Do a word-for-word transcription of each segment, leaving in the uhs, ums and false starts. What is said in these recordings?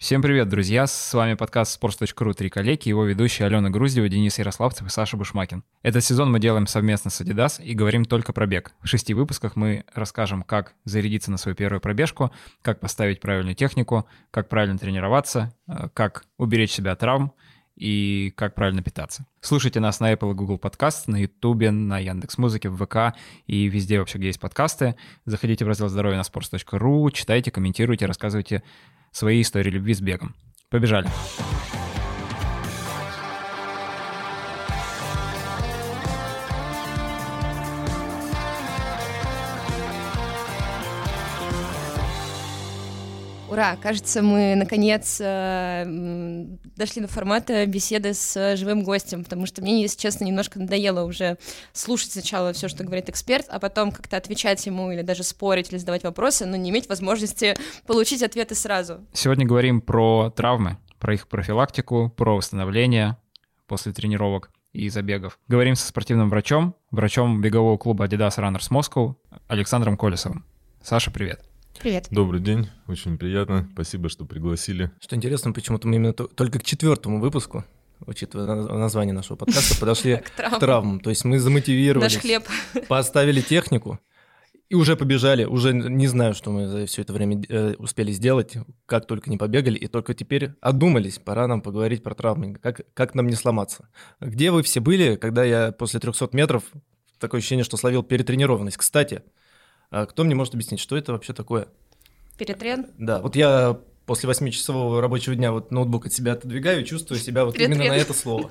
Всем привет, друзья! С вами подкаст sports точка ру «Три коллеги» и его ведущие Алена Груздева, Денис Ярославцев и Саша Бушмакин. Этот сезон мы делаем совместно с Adidas и говорим только про бег. В шести выпусках мы расскажем, как зарядиться на свою первую пробежку, как поставить правильную технику, как правильно тренироваться, как уберечь себя от травм и как правильно питаться. Слушайте нас на Apple и Google Podcast, на YouTube, на Яндекс.Музыке, в ВК и везде вообще, где есть подкасты. Заходите в раздел «Здоровье» на sports точка ру, читайте, комментируйте, рассказывайте свои истории любви с бегом. Побежали! Ура! Кажется, мы, наконец, дошли до формата беседы с живым гостем, потому что мне, если честно, немножко надоело уже слушать сначала все, что говорит эксперт, а потом как-то отвечать ему или даже спорить, или задавать вопросы, но не иметь возможности получить ответы сразу. Сегодня говорим про травмы, про их профилактику, про восстановление после тренировок и забегов. Говорим со спортивным врачом, врачом бегового клуба Adidas Runners Moscow Александром Колесовым. Саша, привет! Привет. Добрый день, очень приятно, спасибо, что пригласили. Что интересно, почему-то мы именно только к четвертому выпуску, учитывая название нашего подкаста, подошли к травмам. То есть мы замотивировались, поставили технику и уже побежали. Уже не знаю, что мы за все это время успели сделать, как только не побегали, и только теперь одумались, пора нам поговорить про травмы, как, как нам не сломаться. Где вы все были, когда я после трехсот метров, такое ощущение, что словил перетренированность? Кстати, а кто мне может объяснить, что это вообще такое? Перетрен? Да, вот я после восьмичасового рабочего дня вот ноутбук от себя отодвигаю и чувствую себя вот именно на это слово.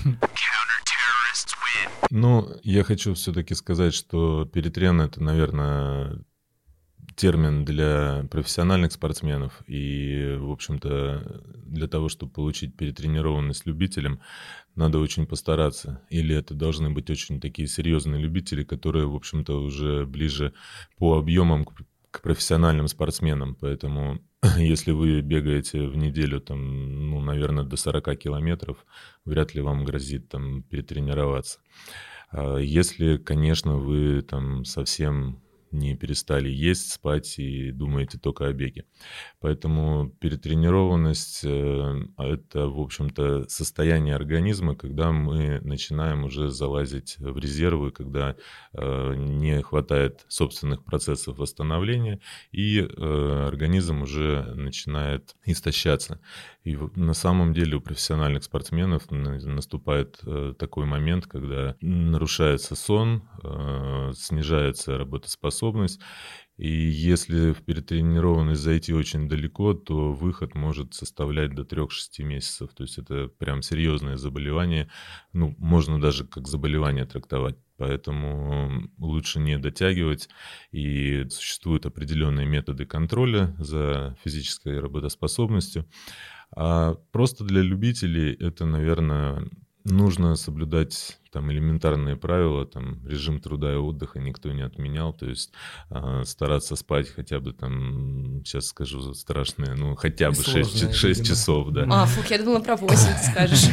Ну, я хочу все-таки сказать, что перетрен — это, наверное, термин для профессиональных спортсменов, и, в общем-то, для того, чтобы получить перетренированность любителям, надо очень постараться. Или это должны быть очень такие серьезные любители, которые, в общем-то, уже ближе по объемам к, к профессиональным спортсменам. Поэтому, если вы бегаете в неделю, там, ну, наверное, до сорока километров, вряд ли вам грозит там перетренироваться. Если, конечно, вы там совсем не перестали есть, спать и думаете только о беге. Поэтому перетренированность – это, в общем-то, состояние организма, когда мы начинаем уже залазить в резервы, когда не хватает собственных процессов восстановления, и организм уже начинает истощаться. И на самом деле у профессиональных спортсменов наступает такой момент, когда нарушается сон, снижается работоспособность, и если в перетренированность зайти очень далеко, то выход может составлять до трёх-шести месяцев. То есть это прям серьезное заболевание, ну, можно даже как заболевание трактовать. Поэтому лучше не дотягивать, и существуют определенные методы контроля за физической работоспособностью. А просто для любителей это, наверное, нужно соблюдать там элементарные правила, там режим труда и отдыха никто не отменял, то есть э, стараться спать хотя бы там, сейчас скажу страшное, ну хотя бы шесть часов, да. А, фух, я думала про восемь, ты скажешь.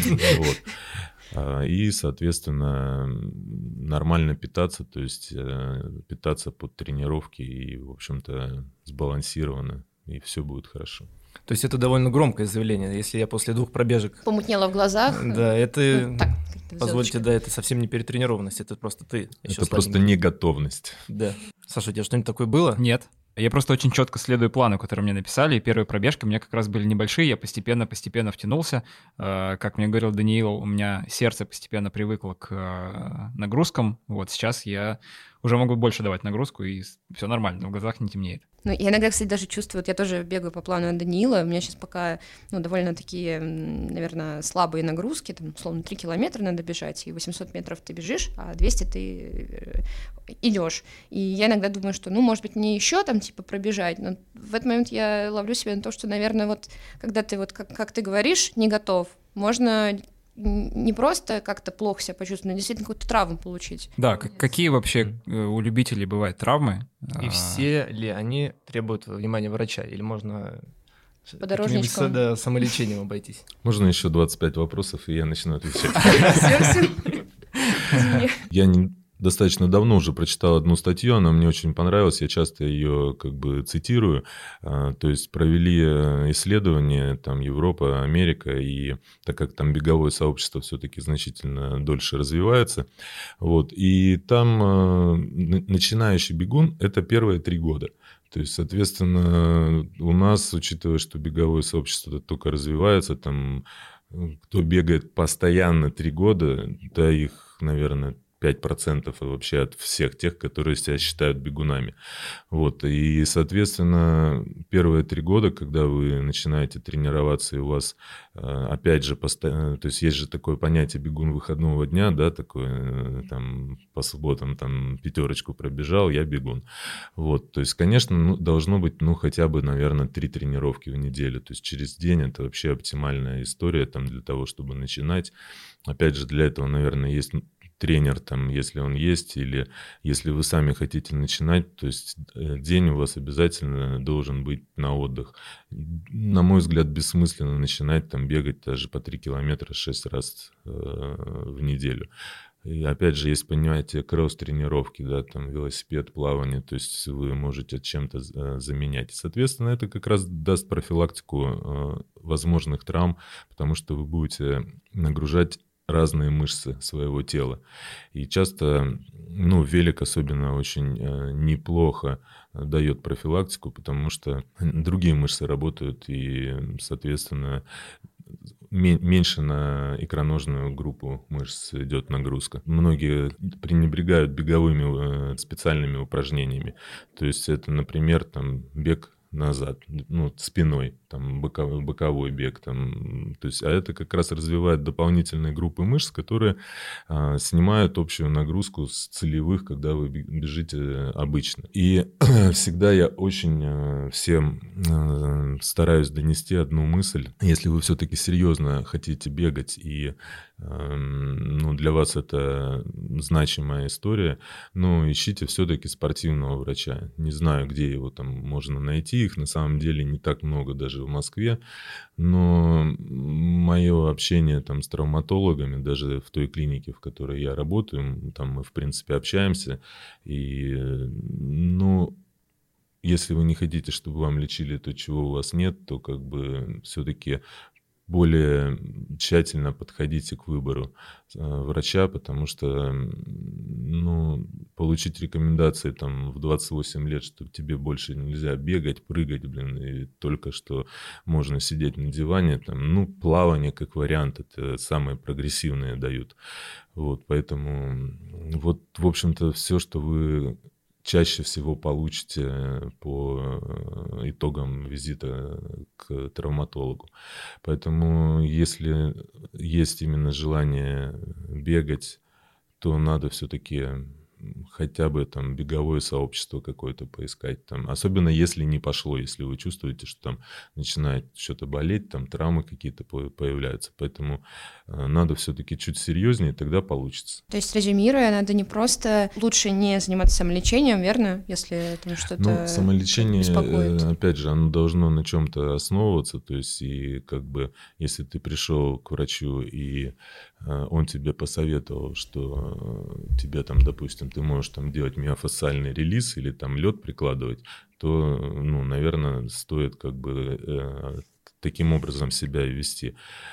Вот. И, соответственно, нормально питаться, то есть э, питаться под тренировки и, в общем-то, сбалансированно, и все будет хорошо. То есть это довольно громкое заявление, если я после двух пробежек... Помутнело в глазах. Да, это... Ну, так, позвольте, да, это совсем не перетренированность, это просто ты. Это просто не готовность. Да. Саша, у тебя что-нибудь такое было? Нет. Я просто очень четко следую плану, который мне написали, и первые пробежки у меня как раз были небольшие, я постепенно-постепенно втянулся. Как мне говорил Даниил, у меня сердце постепенно привыкло к нагрузкам, вот сейчас я уже могу больше давать нагрузку, и все нормально, в глазах не темнеет. Ну, я иногда, кстати, даже чувствую, вот я тоже бегаю по плану Даниила, у меня сейчас пока, ну, довольно такие, наверное, слабые нагрузки, там, условно, три километра надо бежать, и восемьсот метров ты бежишь, а двести ты идешь. И я иногда думаю, что, ну, может быть, мне еще там, типа, пробежать, но в этот момент я ловлю себя на то, что, наверное, вот, когда ты, вот, как, как ты говоришь, не готов, можно... не просто как-то плохо себя почувствовать, но действительно какую-то травму получить. Да, какие вообще у любителей бывают травмы? И все ли они требуют внимания врача? Или можно подорожничком да, самолечением обойтись? Можно еще двадцать пять вопросов, и я начну отвечать. Я достаточно давно уже прочитал одну статью, она мне очень понравилась, я часто ее как бы цитирую. То есть провели исследования, там Европа, Америка, и так как там беговое сообщество все-таки значительно дольше развивается, вот, и там начинающий бегун – это первые три года. То есть, соответственно, у нас, учитывая, что беговое сообщество только развивается, там, кто бегает постоянно три года, да, их, наверное, пять процентов вообще от всех тех, которые себя считают бегунами. Вот. И, соответственно, первые три года, когда вы начинаете тренироваться, и у вас, опять же, постоянно, то есть есть же такое понятие бегун выходного дня, да, такое, там, по субботам там пятерочку пробежал, я бегун. Вот. То есть, конечно, ну, должно быть, ну, хотя бы, наверное, три тренировки в неделю. То есть через день это вообще оптимальная история там для того, чтобы начинать. Опять же, для этого, наверное, есть тренер, там, если он есть, или если вы сами хотите начинать, то есть день у вас обязательно должен быть на отдых. На мой взгляд, бессмысленно начинать там бегать даже по три километра шесть раз э, в неделю. И опять же, есть понятие кросс-тренировки, да, там велосипед, плавание, то есть вы можете чем-то заменять. Соответственно, это как раз даст профилактику э, возможных травм, потому что вы будете нагружать разные мышцы своего тела. И часто, ну, велик особенно очень э, неплохо дает профилактику, потому что другие мышцы работают, и, соответственно, ме- меньше на икроножную группу мышц идет нагрузка. Многие пренебрегают беговыми э, специальными упражнениями. То есть это, например, там, бег назад, ну, спиной, там, боковой, боковой бег, там, то есть, а это как раз развивает дополнительные группы мышц, которые а, снимают общую нагрузку с целевых, когда вы бежите обычно. И всегда я очень а, всем а, стараюсь донести одну мысль. Если вы все-таки серьезно хотите бегать, и а, ну, для вас это значимая история, но ищите все-таки спортивного врача. Не знаю, где его там можно найти, их на самом деле не так много даже в Москве, но мое общение там с травматологами, даже в той клинике, в которой я работаю, там мы в принципе общаемся, и ну, если вы не хотите, чтобы вам лечили то, чего у вас нет, то как бы все-таки более тщательно подходите к выбору врача, потому что, ну, получить рекомендации там в двадцать восемь лет, что тебе больше нельзя бегать, прыгать, блин, и только что можно сидеть на диване, там, ну, плавание как вариант, это самые прогрессивные дают. Вот, поэтому вот, в общем-то, все, что вы чаще всего получите по итогам визита к травматологу. Поэтому если есть именно желание бегать, то надо все-таки хотя бы там беговое сообщество какое-то поискать. Там. Особенно если не пошло, если вы чувствуете, что там начинает что-то болеть, там травмы какие-то появляются. Поэтому надо все-таки чуть серьезнее, тогда получится. То есть, резюмируя, надо не просто лучше не заниматься самолечением, верно? Если там что-то ну, самолечение, беспокоит. Опять же, оно должно на чем-то основываться. То есть, и как бы, если ты пришел к врачу, и он тебе посоветовал, что тебе там, допустим, ты можешь там делать миофасциальный релиз или там лед прикладывать, то, ну, наверное, стоит как бы э, таким образом себя и вести.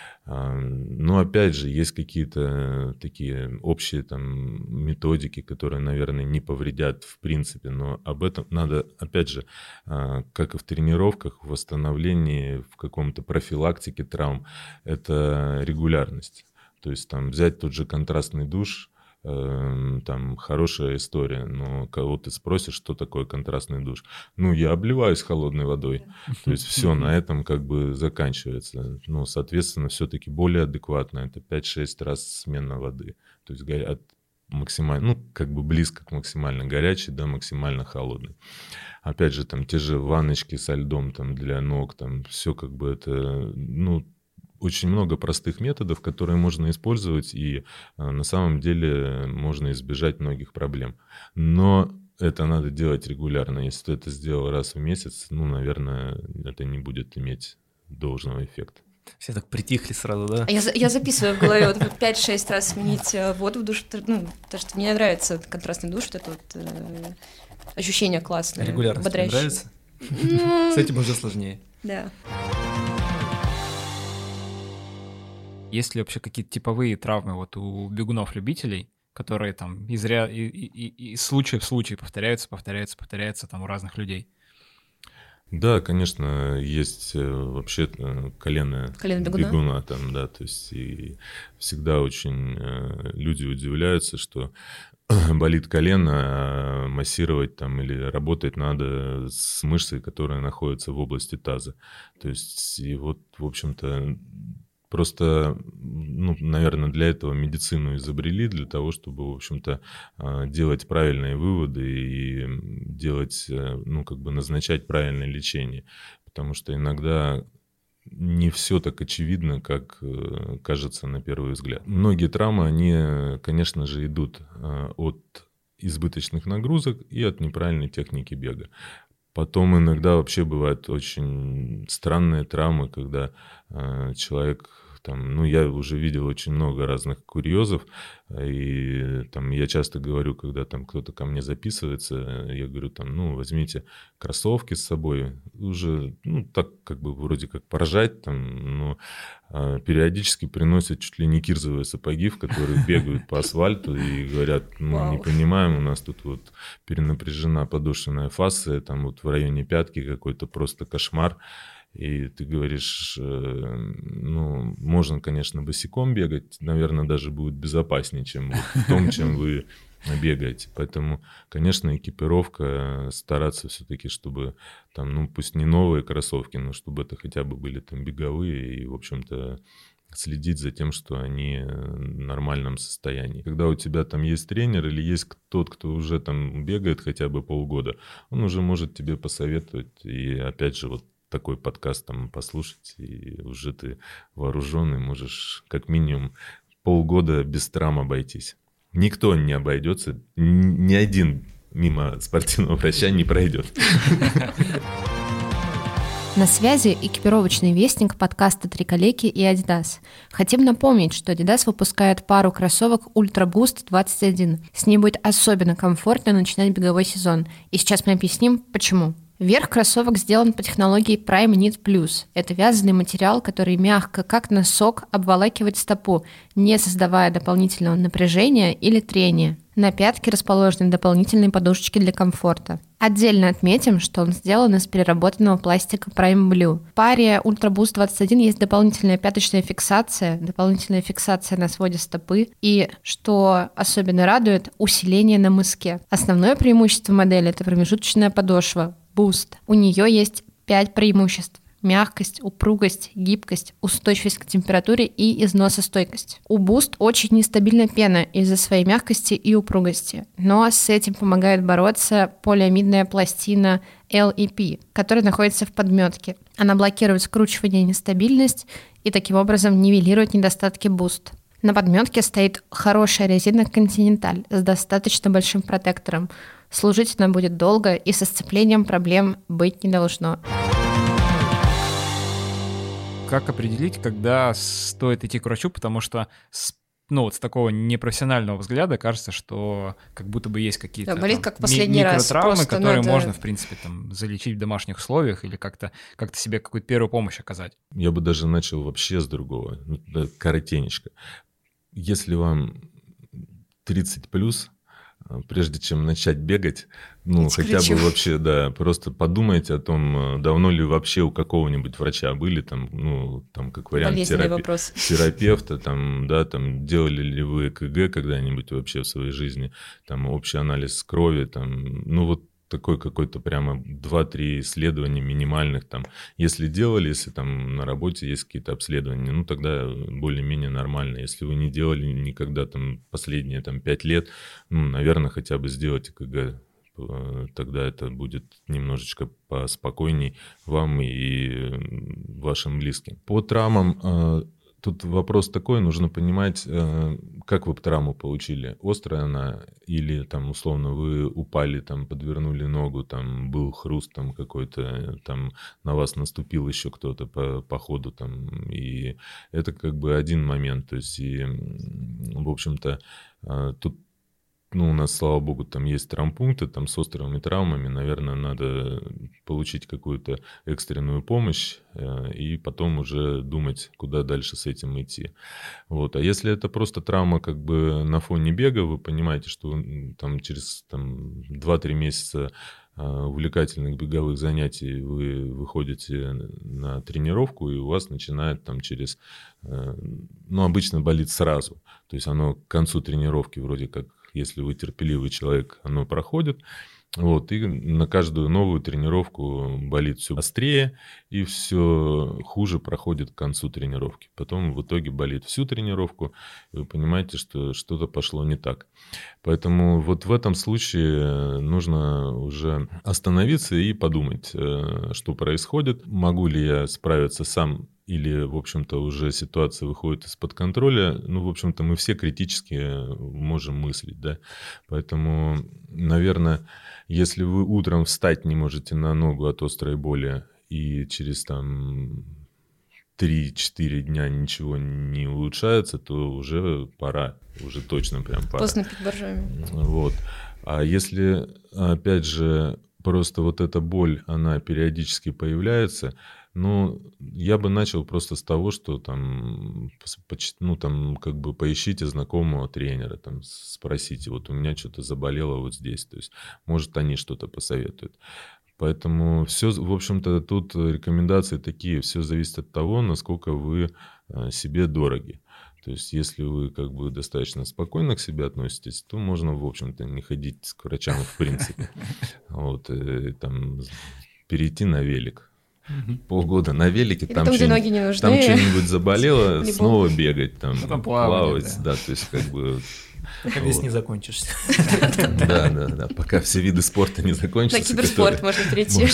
Но опять же, есть какие-то такие общие там методики, которые, наверное, не повредят в принципе, но об этом надо, опять же, как и в тренировках, в восстановлении, в каком-то профилактике травм, это регулярность. То есть там взять тот же контрастный душ, там хорошая история, но кого ты спросишь, что такое контрастный душ? Ну, я обливаюсь холодной водой. То есть все на этом как бы заканчивается. Ну, соответственно, все-таки более адекватно. Это пять-шесть раз смена воды. То есть от максимально, ну, как бы близко к максимально горячей до максимально холодной. Опять же, там те же ванночки со льдом там для ног, там все как бы это, ну, очень много простых методов, которые можно использовать, и на самом деле можно избежать многих проблем. Но это надо делать регулярно. Если ты это сделал раз в месяц, ну, наверное, это не будет иметь должного эффекта. Все так притихли сразу, да? А я, я записываю в голове вот пять-шесть раз сменить воду в душ, ну, потому что мне нравится контрастный душ, вот это вот э, ощущение классное. Регулярность тебе нравится? С этим уже сложнее. Да. Есть ли вообще какие-то типовые травмы вот у бегунов-любителей, которые там из, ря... и, и, и случая в случай повторяются, повторяются, повторяются там у разных людей? Да, конечно, есть вообще колено, колено бегуна. бегуна там, да, то есть и всегда очень люди удивляются, что болит колено, а массировать там или работать надо с мышцей, которая находится в области таза. То есть и вот, в общем-то, просто, ну, наверное, для этого медицину изобрели, для того, чтобы, в общем-то, делать правильные выводы и делать, ну, как бы назначать правильное лечение. Потому что иногда не все так очевидно, как кажется на первый взгляд. Многие травмы, они, конечно же, идут от избыточных нагрузок и от неправильной техники бега. Потом иногда вообще бывают очень странные травмы, когда э, человек, там, ну, я уже видел очень много разных курьезов, и там я часто говорю, когда там кто-то ко мне записывается, я говорю, там, ну, возьмите кроссовки с собой, уже, ну, так как бы вроде как поржать, там, но э, периодически приносят чуть ли не кирзовые сапоги, в которых бегают по асфальту и говорят, ну, не понимаем, у нас тут вот перенапряжена подошвенная фасция, там вот в районе пятки какой-то просто кошмар. И ты говоришь, ну, можно, конечно, босиком бегать, наверное, даже будет безопаснее, чем вот в том, чем вы бегаете. Поэтому, конечно, экипировка, стараться все-таки, чтобы там, ну, пусть не новые кроссовки, но чтобы это хотя бы были там беговые и, в общем-то, следить за тем, что они в нормальном состоянии. Когда у тебя там есть тренер или есть тот, кто уже там бегает хотя бы полгода, он уже может тебе посоветовать. И опять же, вот такой подкаст там послушать, и уже ты вооруженный, можешь как минимум полгода без травм обойтись. Никто не обойдется, ни один мимо спортивного врача не пройдет. На связи экипировочный вестник подкаста «Триколейки» и Adidas. Хотим напомнить, что Adidas выпускает пару кроссовок Ultra Boost двадцать один. С ней будет особенно комфортно начинать беговой сезон. И сейчас мы объясним, почему. Верх кроссовок сделан по технологии Prime Knit Plus. Это вязаный материал, который мягко, как носок, обволакивает стопу, не создавая дополнительного напряжения или трения. На пятке расположены дополнительные подушечки для комфорта. Отдельно отметим, что он сделан из переработанного пластика Prime Blue. В паре Ultra Boost двадцать один есть дополнительная пяточная фиксация, дополнительная фиксация на своде стопы и, что особенно радует, усиление на мыске. Основное преимущество модели – это промежуточная подошва Boost. У нее есть пять преимуществ. Мягкость, упругость, гибкость, устойчивость к температуре и износостойкость. У Boost очень нестабильна пена из-за своей мягкости и упругости, но с этим помогает бороться полиамидная пластина эл и пи, которая находится в подметке. Она блокирует скручивание и нестабильность и таким образом нивелирует недостатки Boost. На подметке стоит хорошая резина Continental с достаточно большим протектором. Служить она будет долго и со сцеплением проблем быть не должно. Как определить, когда стоит идти к врачу, потому что с, ну, вот с такого непрофессионального взгляда кажется, что как будто бы есть какие-то да, болит, там, как последний ми- микротравмы, раз, которые надо... можно, в принципе, там, залечить в домашних условиях или как-то, как-то себе какую-то первую помощь оказать. Я бы даже начал вообще с другого, коротенечко. Если вам тридцать плюс, прежде чем начать бегать, ну, Идти хотя бы вообще, да, просто подумайте о том, давно ли вообще у какого-нибудь врача были, там, ну, там, как вариант терапи... терапевта, там, да, там, делали ли вы ЭКГ когда-нибудь вообще в своей жизни, там, общий анализ крови, там, ну, вот такой какой-то прямо два-три исследования минимальных там. Если делали, если там на работе есть какие-то обследования, ну тогда более-менее нормально. Если вы не делали никогда там последние там пять лет, ну, наверное, хотя бы сделать ЭКГ. Тогда это будет немножечко поспокойней вам и вашим близким. По травмам тут вопрос такой, нужно понимать, как вы травму получили. Острая она или там условно вы упали, там подвернули ногу, там был хруст там какой-то, там на вас наступил еще кто-то по, по ходу там. И это как бы один момент. То есть, и, в общем-то, тут ну, у нас, слава богу, там есть травмпункты, там с острыми травмами, наверное, надо получить какую-то экстренную помощь э, и потом уже думать, куда дальше с этим идти. Вот. А если это просто травма как бы на фоне бега, вы понимаете, что там через там, два-три месяца увлекательных беговых занятий вы выходите на тренировку, и у вас начинает там через... Ну, обычно болит сразу. То есть оно к концу тренировки вроде как, если вы терпеливый человек, оно проходит. Вот, и на каждую новую тренировку болит все острее, и все хуже проходит к концу тренировки. Потом в итоге болит всю тренировку, и вы понимаете, что что-то пошло не так. Поэтому вот в этом случае нужно уже остановиться и подумать, что происходит. Могу ли я справиться сам, или, в общем-то, уже ситуация выходит из-под контроля. Ну, в общем-то, мы все критически можем мыслить, да. Поэтому, наверное, если вы утром встать не можете на ногу от острой боли, и через там три-четыре дня ничего не улучшается, то уже пора, уже точно прям пора. Поздно пить боржоми. Вот. А если, опять же, просто вот эта боль, она периодически появляется, ну, я бы начал просто с того, что там, ну, там, как бы поищите знакомого тренера, там, спросите, вот у меня что-то заболело вот здесь, то есть, может, они что-то посоветуют. Поэтому все, в общем-то, тут рекомендации такие, все зависит от того, насколько вы себе дороги. То есть, если вы как бы достаточно спокойно к себе относитесь, то можно, в общем-то, не ходить к врачам в принципе. Вот, там, перейти на велик. Полгода на велике, там, там что-нибудь заболело, снова бегать, там, там плавать, плавать да. да, то есть как бы... Пока весь вот. Не закончишься. Да, да, да, пока все виды спорта не закончатся. На киберспорт можно перейти.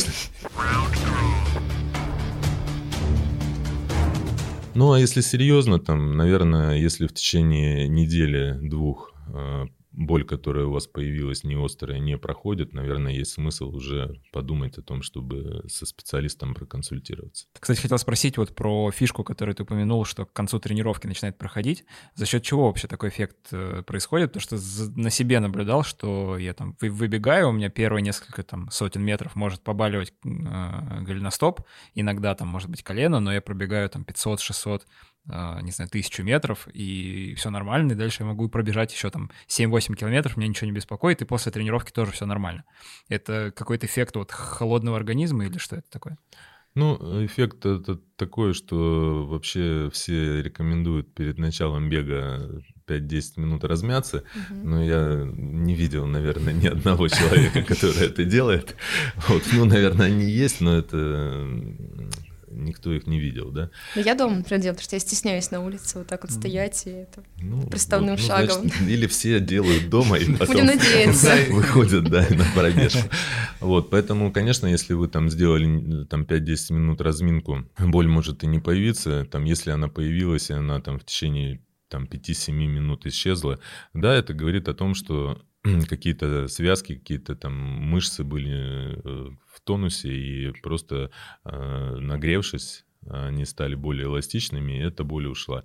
Ну, а если серьезно, там, наверное, если в течение недели-двух боль, которая у вас появилась, не острая, не проходит, наверное, есть смысл уже подумать о том, чтобы со специалистом проконсультироваться. Кстати, хотел спросить вот про фишку, которую ты упомянул, что к концу тренировки начинает проходить. За счет чего вообще такой эффект происходит? Потому что на себе наблюдал, что я там выбегаю, у меня первые несколько там сотен метров может побаливать э, голеностоп, иногда там может быть колено, но я пробегаю там пятьсот-шестьсот, не знаю, тысячу метров, и все нормально, и дальше я могу пробежать еще там семь-восемь километров, меня ничего не беспокоит, и после тренировки тоже все нормально. Это какой-то эффект вот холодного организма или что это такое? Ну, эффект это такой, что вообще все рекомендуют перед началом бега пять-десять минут размяться, угу. но я не видел, наверное, ни одного человека, который это делает. Вот, ну, наверное, они есть, но это... Никто их не видел, да? Ну, я дома, например, делаю, потому что я стесняюсь на улице вот так вот стоять и это ну, приставным вот, ну, шагом. Значит, или все делают дома и потом выходят, да, на пробежку. Вот, поэтому, конечно, если вы там сделали там пять-десять минут разминку, боль может и не появиться. Там, если она появилась, и она там в течение там пять-семь минут исчезла, да, это говорит о том, что какие-то связки, какие-то там мышцы были в тонусе, и просто э, нагревшись, они стали более эластичными, и эта боль ушла.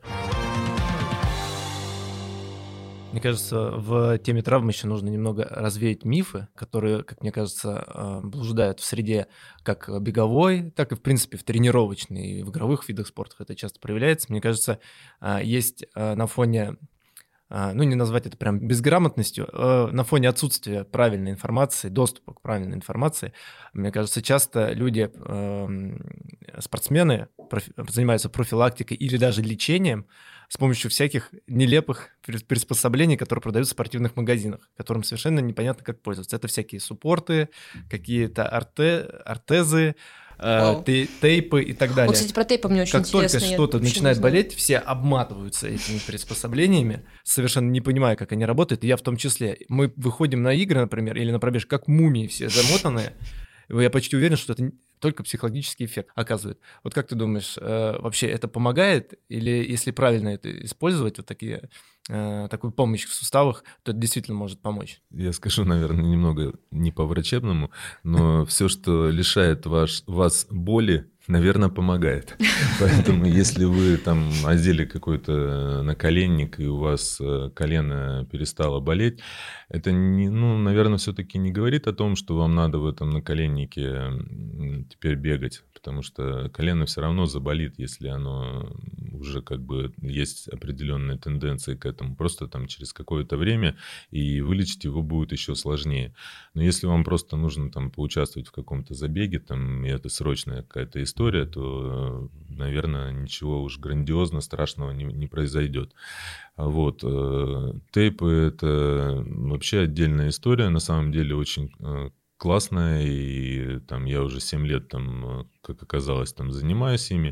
Мне кажется, в теме травм еще нужно немного развеять мифы, которые, как мне кажется, блуждают в среде как беговой, так и, в принципе, в тренировочной и в игровых видах спорта это часто проявляется. Мне кажется, есть на фоне... ну, не назвать это прям безграмотностью, на фоне отсутствия правильной информации, доступа к правильной информации, мне кажется, часто люди, спортсмены, занимаются профилактикой или даже лечением с помощью всяких нелепых приспособлений, которые продаются в спортивных магазинах, которым совершенно непонятно, как пользоваться. Это всякие суппорты, какие-то арте, ортезы, Wow. тейпы и так далее. Вот, кстати, про тейпы мне очень как интересно. Как только что-то начинает болеть, все обматываются этими приспособлениями, совершенно не понимая, как они работают, и я в том числе. Мы выходим на игры, например, или на пробежку, как мумии все замотанные, Я почти уверен, что это только психологический эффект оказывает. Вот как ты думаешь, э, вообще это помогает? Или если правильно это использовать, вот такие, э, такую помощь в суставах, то это действительно может помочь? Я скажу, наверное, немного не по-врачебному, но все, что лишает ваш, вас боли, наверное, помогает. Поэтому если вы там одели какой-то наколенник, и у вас колено перестало болеть, это, не, ну, наверное, все-таки не говорит о том, что вам надо в этом наколеннике теперь бегать, потому что колено все равно заболит, если оно уже как бы есть определенные тенденции к этому. Просто там через какое-то время, и вылечить его будет еще сложнее. Но если вам просто нужно там поучаствовать в каком-то забеге, там, и это срочная какая-то история, то, наверное, ничего уж грандиозно страшного не, не произойдет. Вот. Тейпы — это вообще отдельная история, на самом деле очень классная, и там я уже семь лет, там, как оказалось, там занимаюсь ими.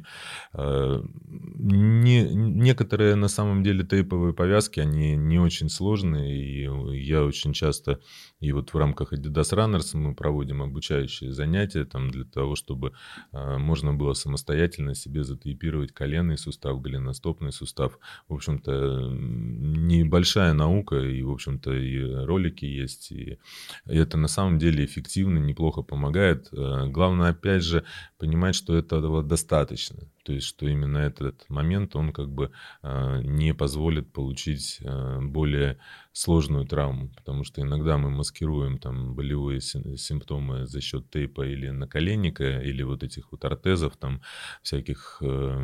Не, некоторые на самом деле тейповые повязки, они не очень сложные, и я очень часто, и вот в рамках Adidas Runners мы проводим обучающие занятия там, для того, чтобы можно было самостоятельно себе затейпировать коленный сустав, голеностопный сустав. В общем-то, небольшая наука, и, в общем-то, и ролики есть, и это на самом деле эффективно, неплохо помогает. Главное, опять же, понимать, что этого достаточно. То есть, что именно этот момент, он как бы не позволит получить более сложную травму. Потому что иногда мы маскируем там болевые симптомы за счет тейпа или наколенника, или вот этих вот ортезов, там всяких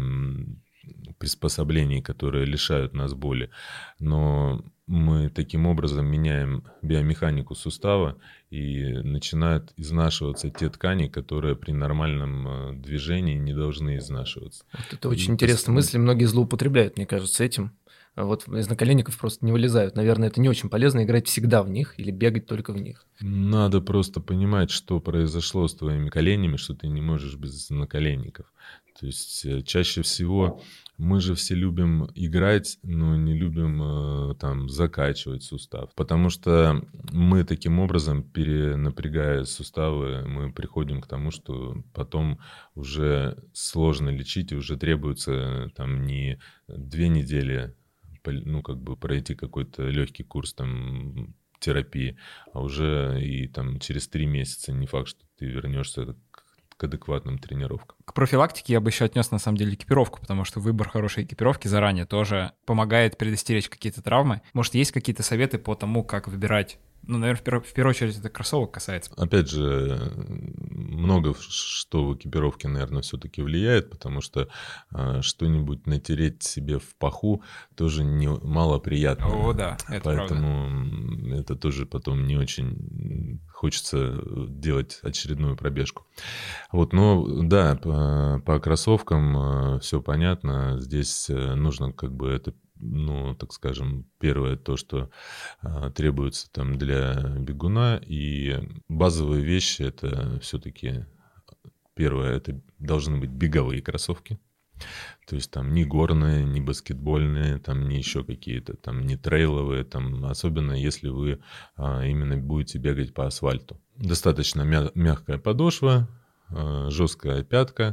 приспособлений, которые лишают нас боли. Но мы таким образом меняем биомеханику сустава, и начинают изнашиваться те ткани, которые при нормальном движении не должны изнашиваться. Вот это очень и интересная мысль. Многие злоупотребляют, мне кажется, этим. Вот из наколенников просто не вылезают. Наверное, это не очень полезно играть всегда в них или бегать только в них. Надо просто понимать, что произошло с твоими коленями, что ты не можешь без наколенников. То есть чаще всего мы же все любим играть, но не любим там закачивать сустав. Потому что мы таким образом, перенапрягая суставы, мы приходим к тому, что потом уже сложно лечить, и уже требуется там не две недели, ну, как бы пройти какой-то легкий курс там терапии, а уже и там через три месяца не факт, что ты вернешься к, к адекватным тренировкам. К профилактике я бы еще отнес на самом деле экипировку, потому что выбор хорошей экипировки заранее тоже помогает предостеречь какие-то травмы. Может, есть какие-то советы по тому, как выбирать? Ну, наверное, в, пер- в первую очередь это кроссовок касается. Опять же, много что в экипировке, наверное, все-таки влияет, потому что а, что-нибудь натереть себе в паху тоже не, мало приятно. О, да, это Поэтому правда. Это тоже потом не очень хочется делать очередную пробежку. Вот, но да, по, по кроссовкам все понятно. Здесь нужно как бы это, ну, так скажем, первое то, что а, требуется там для бегуна, и базовые вещи это все-таки первое, это должны быть беговые кроссовки. То есть там не горные, не баскетбольные, там не еще какие-то, там не трейловые, там, особенно если вы а, именно будете бегать по асфальту. Достаточно мя- мягкая подошва, жесткая пятка,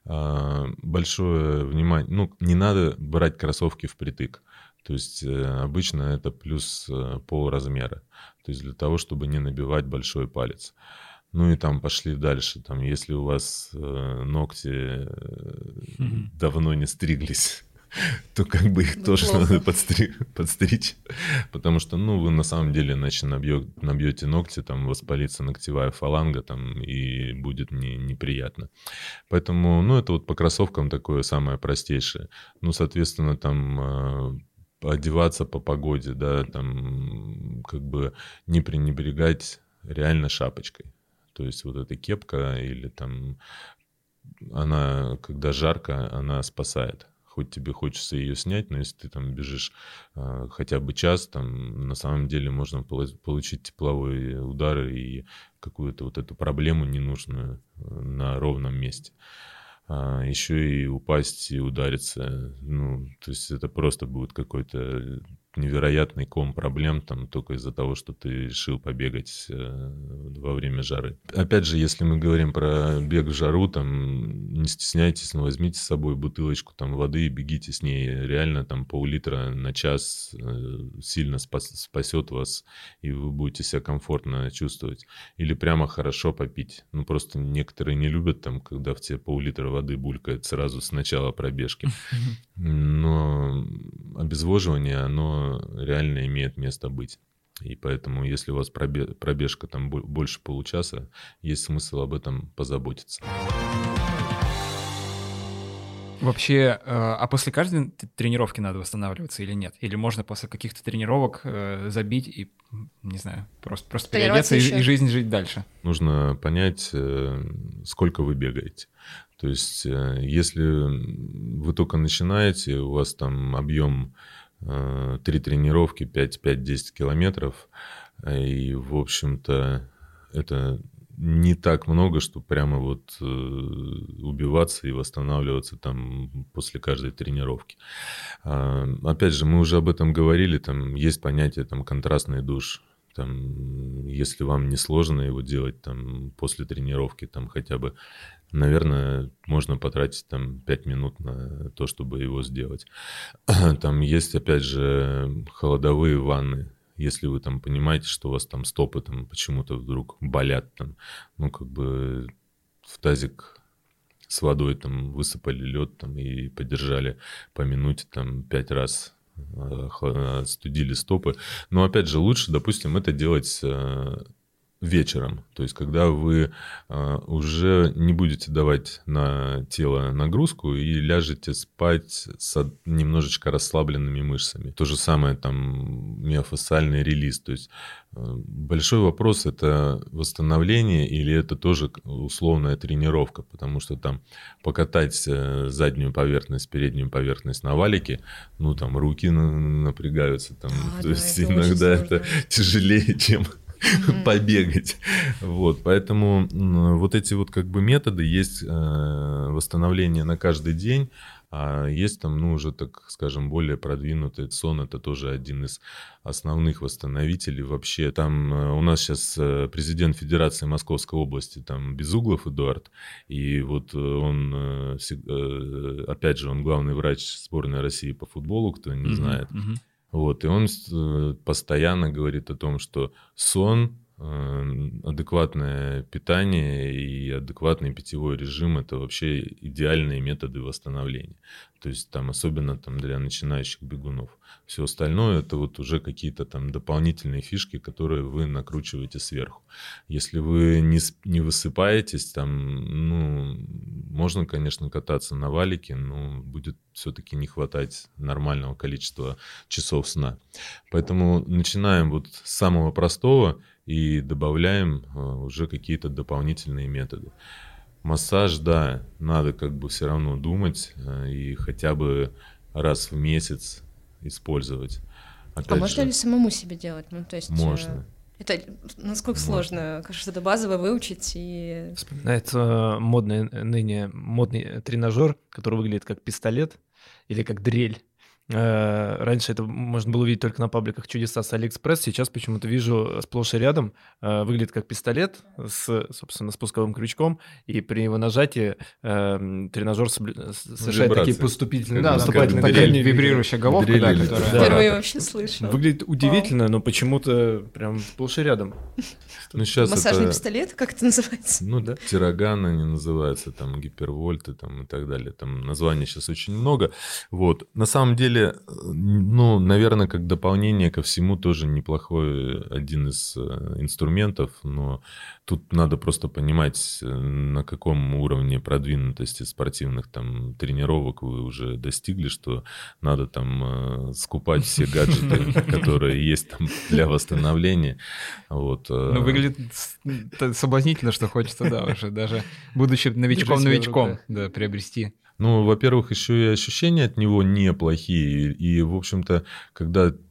большое внимание, ну, не надо брать кроссовки впритык, то есть обычно это плюс пол размера, то есть для того, чтобы не набивать большой палец. Ну и там пошли дальше, там, если у вас ногти mm-hmm. давно не стриглись, то как бы их тоже плохо. Надо подстри... подстричь, потому что, ну, вы на самом деле иначе набьё... набьете ногти, там воспалится ногтевая фаланга, там, и будет не... неприятно. Поэтому, ну, это вот по кроссовкам такое самое простейшее. Ну, соответственно, там одеваться по погоде, да, там, как бы не пренебрегать реально шапочкой. То есть вот эта кепка или там, она, когда жарко, она спасает. Хоть тебе хочется ее снять, но если ты там бежишь э, хотя бы час, там на самом деле можно получить тепловые удары и какую-то вот эту проблему ненужную на ровном месте. А еще и упасть и удариться. Ну, то есть это просто будет какой-то невероятный ком проблем там только из-за того, что ты решил побегать э, во время жары. Опять же, если мы говорим про бег в жару, там не стесняйтесь, но возьмите с собой бутылочку там воды и бегите с ней. Реально там пол-литра на час э, сильно спас, спасет вас, и вы будете себя комфортно чувствовать. Или прямо хорошо попить. Ну, просто некоторые не любят там, когда в тебе пол-литра воды булькает сразу с начала пробежки. Но обезвоживание, оно реально имеет место быть. И поэтому, если у вас пробежка там больше получаса, есть смысл об этом позаботиться. Вообще, а после каждой тренировки надо восстанавливаться или нет? Или можно после каких-то тренировок забить и, не знаю, просто, просто переодеться и, и жизнь жить дальше? Нужно понять, сколько вы бегаете. То есть, если вы только начинаете, у вас там объем три тренировки, пять-десять километров, и, в общем-то, это не так много, что прямо вот убиваться и восстанавливаться там после каждой тренировки. Опять же, мы уже об этом говорили, там есть понятие там контрастный душ. Там, если вам не сложно его делать там, после тренировки, там, хотя бы, наверное, можно потратить там, пять минут на то, чтобы его сделать. Там есть, опять же, холодовые ванны. Если вы там понимаете, что у вас там стопы там, почему-то вдруг болят, там, ну, как бы в тазик с водой там, высыпали лед там, и подержали по минуте там, пять раз. Студили стопы. Но опять же лучше, допустим, это делать вечером. То есть когда вы уже не будете давать на тело нагрузку и ляжете спать с немножечко расслабленными мышцами. То же самое там миофасциальный релиз. То есть большой вопрос — это восстановление или это тоже условная тренировка, потому что там покатать заднюю поверхность, переднюю поверхность на валике, ну там руки напрягаются, там, а, то да, есть это иногда это тяжелее, чем mm-hmm. побегать. Вот, поэтому вот эти вот как бы методы есть восстановление на каждый день. А есть там, ну, уже, так скажем, более продвинутый сон, это тоже один из основных восстановителей. Вообще, там у нас сейчас президент Федерации Московской области, там, Безуглов Эдуард, и вот он, опять же, он главный врач сборной России по футболу, кто не mm-hmm. знает. Mm-hmm. Вот, и он постоянно говорит о том, что сон, адекватное питание и адекватный питьевой режим — это вообще идеальные методы восстановления. То есть там особенно там, для начинающих бегунов. Все остальное — это вот уже какие-то там дополнительные фишки, которые вы накручиваете сверху. Если вы не, не высыпаетесь, там, ну, можно, конечно, кататься на валике, но будет все-таки не хватать нормального количества часов сна. Поэтому начинаем вот с самого простого и добавляем уже какие-то дополнительные методы. Массаж, да, надо как бы все равно думать и хотя бы раз в месяц использовать. Опять а же, можно ли самому себе делать? Ну, то есть, можно. Это насколько можно. Сложно, что-то базовое выучить и... Вспоминается модный ныне модный тренажер, который выглядит как пистолет или как дрель. Раньше это можно было увидеть только на пабликах «Чудеса» с Алиэкспресс. Сейчас почему-то вижу сплошь и рядом. Выглядит как пистолет с, собственно, спусковым крючком. И при его нажатии э, тренажер совершает такие поступительные... Да, поступательные движения. Вибрирующая головка, да, которая... Да. Впервые вообще слышал. Выглядит удивительно, Вау. но почему-то прям сплошь и рядом. Ну, сейчас массажный это... пистолет, как это называется? Ну, да. Тироган они называются, там, гипервольты там, и так далее. Там названий сейчас очень много. Вот. На самом деле, ну, наверное, как дополнение ко всему тоже неплохой один из инструментов, но тут надо просто понимать, на каком уровне продвинутости спортивных там тренировок вы уже достигли, что надо там скупать все гаджеты, которые есть там для восстановления. Вот. Ну, выглядит соблазнительно, что хочется, да, уже даже будучи новичком-новичком, да, приобрести. Ну, во-первых, еще и ощущения от него неплохие. И, в общем-то, когда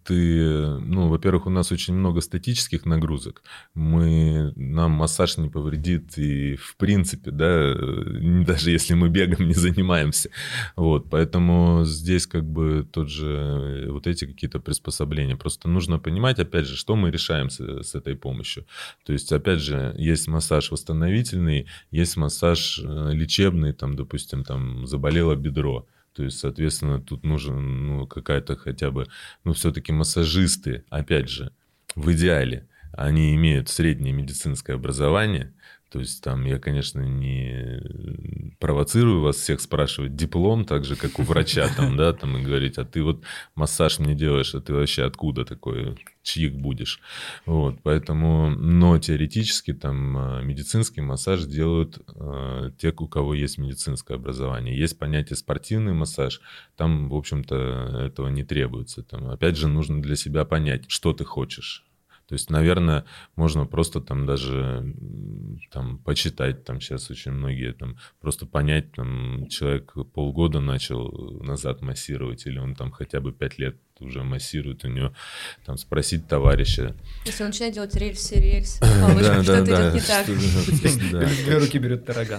ты, ну, во-первых, у нас очень много статических нагрузок. Мы, нам массаж не повредит и в принципе, да, даже если мы бегом не занимаемся. Вот, поэтому здесь как бы тот же, вот эти какие-то приспособления. Просто нужно понимать, опять же, что мы решаем с, с этой помощью. То есть, опять же, есть массаж восстановительный, есть массаж лечебный, там, допустим, там заболело бедро. То есть, соответственно, тут нужен, ну, какая-то хотя бы, ну, все-таки массажисты, опять же, в идеале, они имеют среднее медицинское образование. То есть там я, конечно, не провоцирую вас всех спрашивать диплом, так же, как у врача, там, да, там, и говорить, а ты вот массаж мне делаешь, а ты вообще откуда такой, чьих будешь? Вот, поэтому, но теоретически там медицинский массаж делают э, те, у кого есть медицинское образование. Есть понятие спортивный массаж, там, в общем-то, этого не требуется. Там, опять же, нужно для себя понять, что ты хочешь. То есть, наверное, можно просто там даже там, почитать, там сейчас очень многие там просто понять, там человек полгода начал назад массировать, или он там хотя бы пять лет уже массирует, у него там спросить товарища. Если он начинает делать рельсы, рельсы, что-то идет не так. Две руки берет тараган.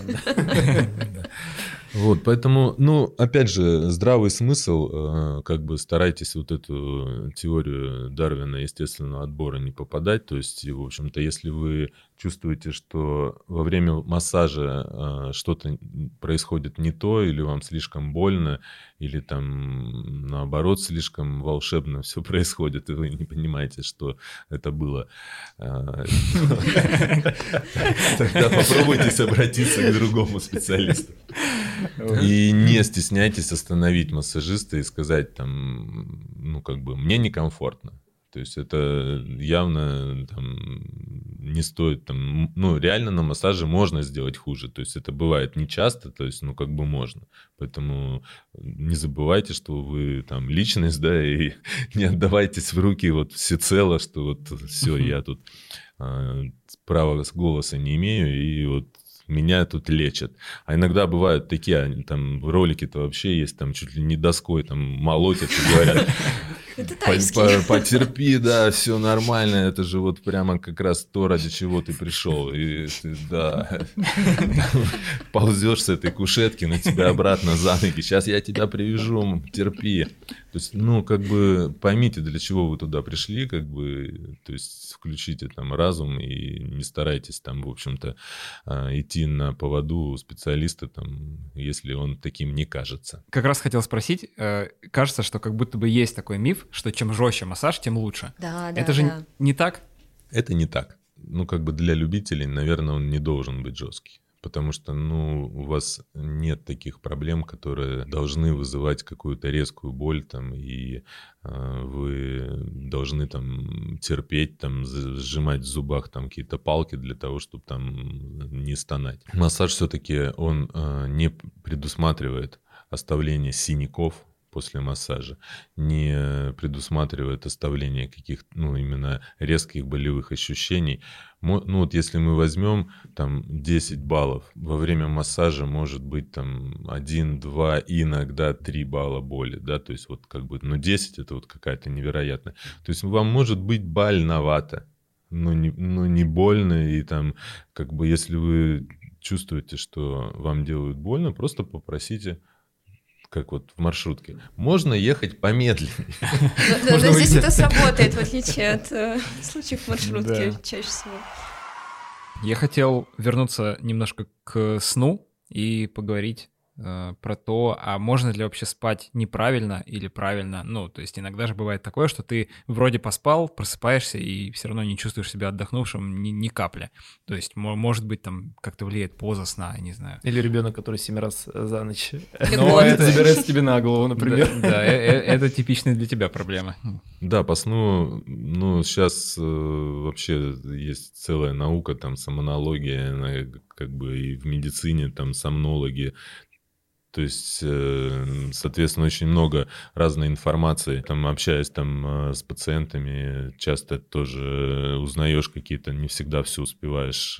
Вот, поэтому, ну, опять же, здравый смысл, как бы старайтесь вот эту теорию Дарвина естественного отбора не попадать, то есть, в общем-то, если вы чувствуете, что во время массажа что-то происходит не то, или вам слишком больно, или там, наоборот, слишком волшебно все происходит, и вы не понимаете, что это было, тогда попробуйте обратиться к другому специалисту. И не стесняйтесь остановить массажиста и сказать там, ну, как бы, мне некомфортно. То есть это явно там, не стоит там, ну, реально на массаже можно сделать хуже. То есть это бывает не часто, то есть, ну, как бы можно. Поэтому не забывайте, что вы там личность, да, и не отдавайтесь в руки вот всецело, что вот все, я тут а, права голоса не имею, и вот меня тут лечат. А иногда бывают такие, там ролики-то вообще есть, там чуть ли не доской там молотят и говорят, потерпи, да, все нормально, это же вот прямо как раз то, ради чего ты пришел. И ты, да, ползешь с этой кушетки на тебя обратно за ноги, сейчас я тебя привяжу, терпи. То есть, ну, как бы поймите, для чего вы туда пришли, как бы, то есть включите там разум и не старайтесь там, в общем-то, идти на поводу у специалиста, там, если он таким не кажется. Как раз хотел спросить, кажется, что как будто бы есть такой миф, что чем жестче массаж, тем лучше. Да, да, Это же да. не так? Это не так. Ну, как бы для любителей, наверное, он не должен быть жесткий. Потому что, ну, у вас нет таких проблем, которые должны вызывать какую-то резкую боль, там, и э, вы должны там терпеть, там, сжимать в зубах там какие-то палки для того, чтобы там не стонать. Массаж все-таки он э, не предусматривает оставление синяков после массажа, не предусматривает оставление каких-то, ну, именно резких болевых ощущений. Ну, вот если мы возьмем там десять баллов, во время массажа может быть там один, два, иногда три балла боли, да, то есть вот как бы, ну, десять это вот какая-то невероятная. То есть вам может быть больновато, но не, но не больно, и там как бы если вы чувствуете, что вам делают больно, просто попросите, как вот в маршрутке, можно ехать помедленнее. Но здесь это сработает, в отличие от случаев в маршрутке чаще всего. Я хотел вернуться немножко к сну и поговорить э, про то, а можно ли вообще спать неправильно или правильно. Ну, то есть иногда же бывает такое, что ты вроде поспал, просыпаешься и все равно не чувствуешь себя отдохнувшим ни, ни капли. То есть, может быть, там как-то влияет поза сна, не знаю. Или ребенок, который семь раз за ночь. Но это забирается тебе на голову, например. Да, это типичная для тебя проблема. Да, по сну, ну, сейчас вообще есть целая наука, там, сомнология, она как бы и в медицине, там, сомнологи. То есть, соответственно, очень много разной информации. Там, общаясь там с пациентами, часто тоже узнаешь какие-то, не всегда все успеваешь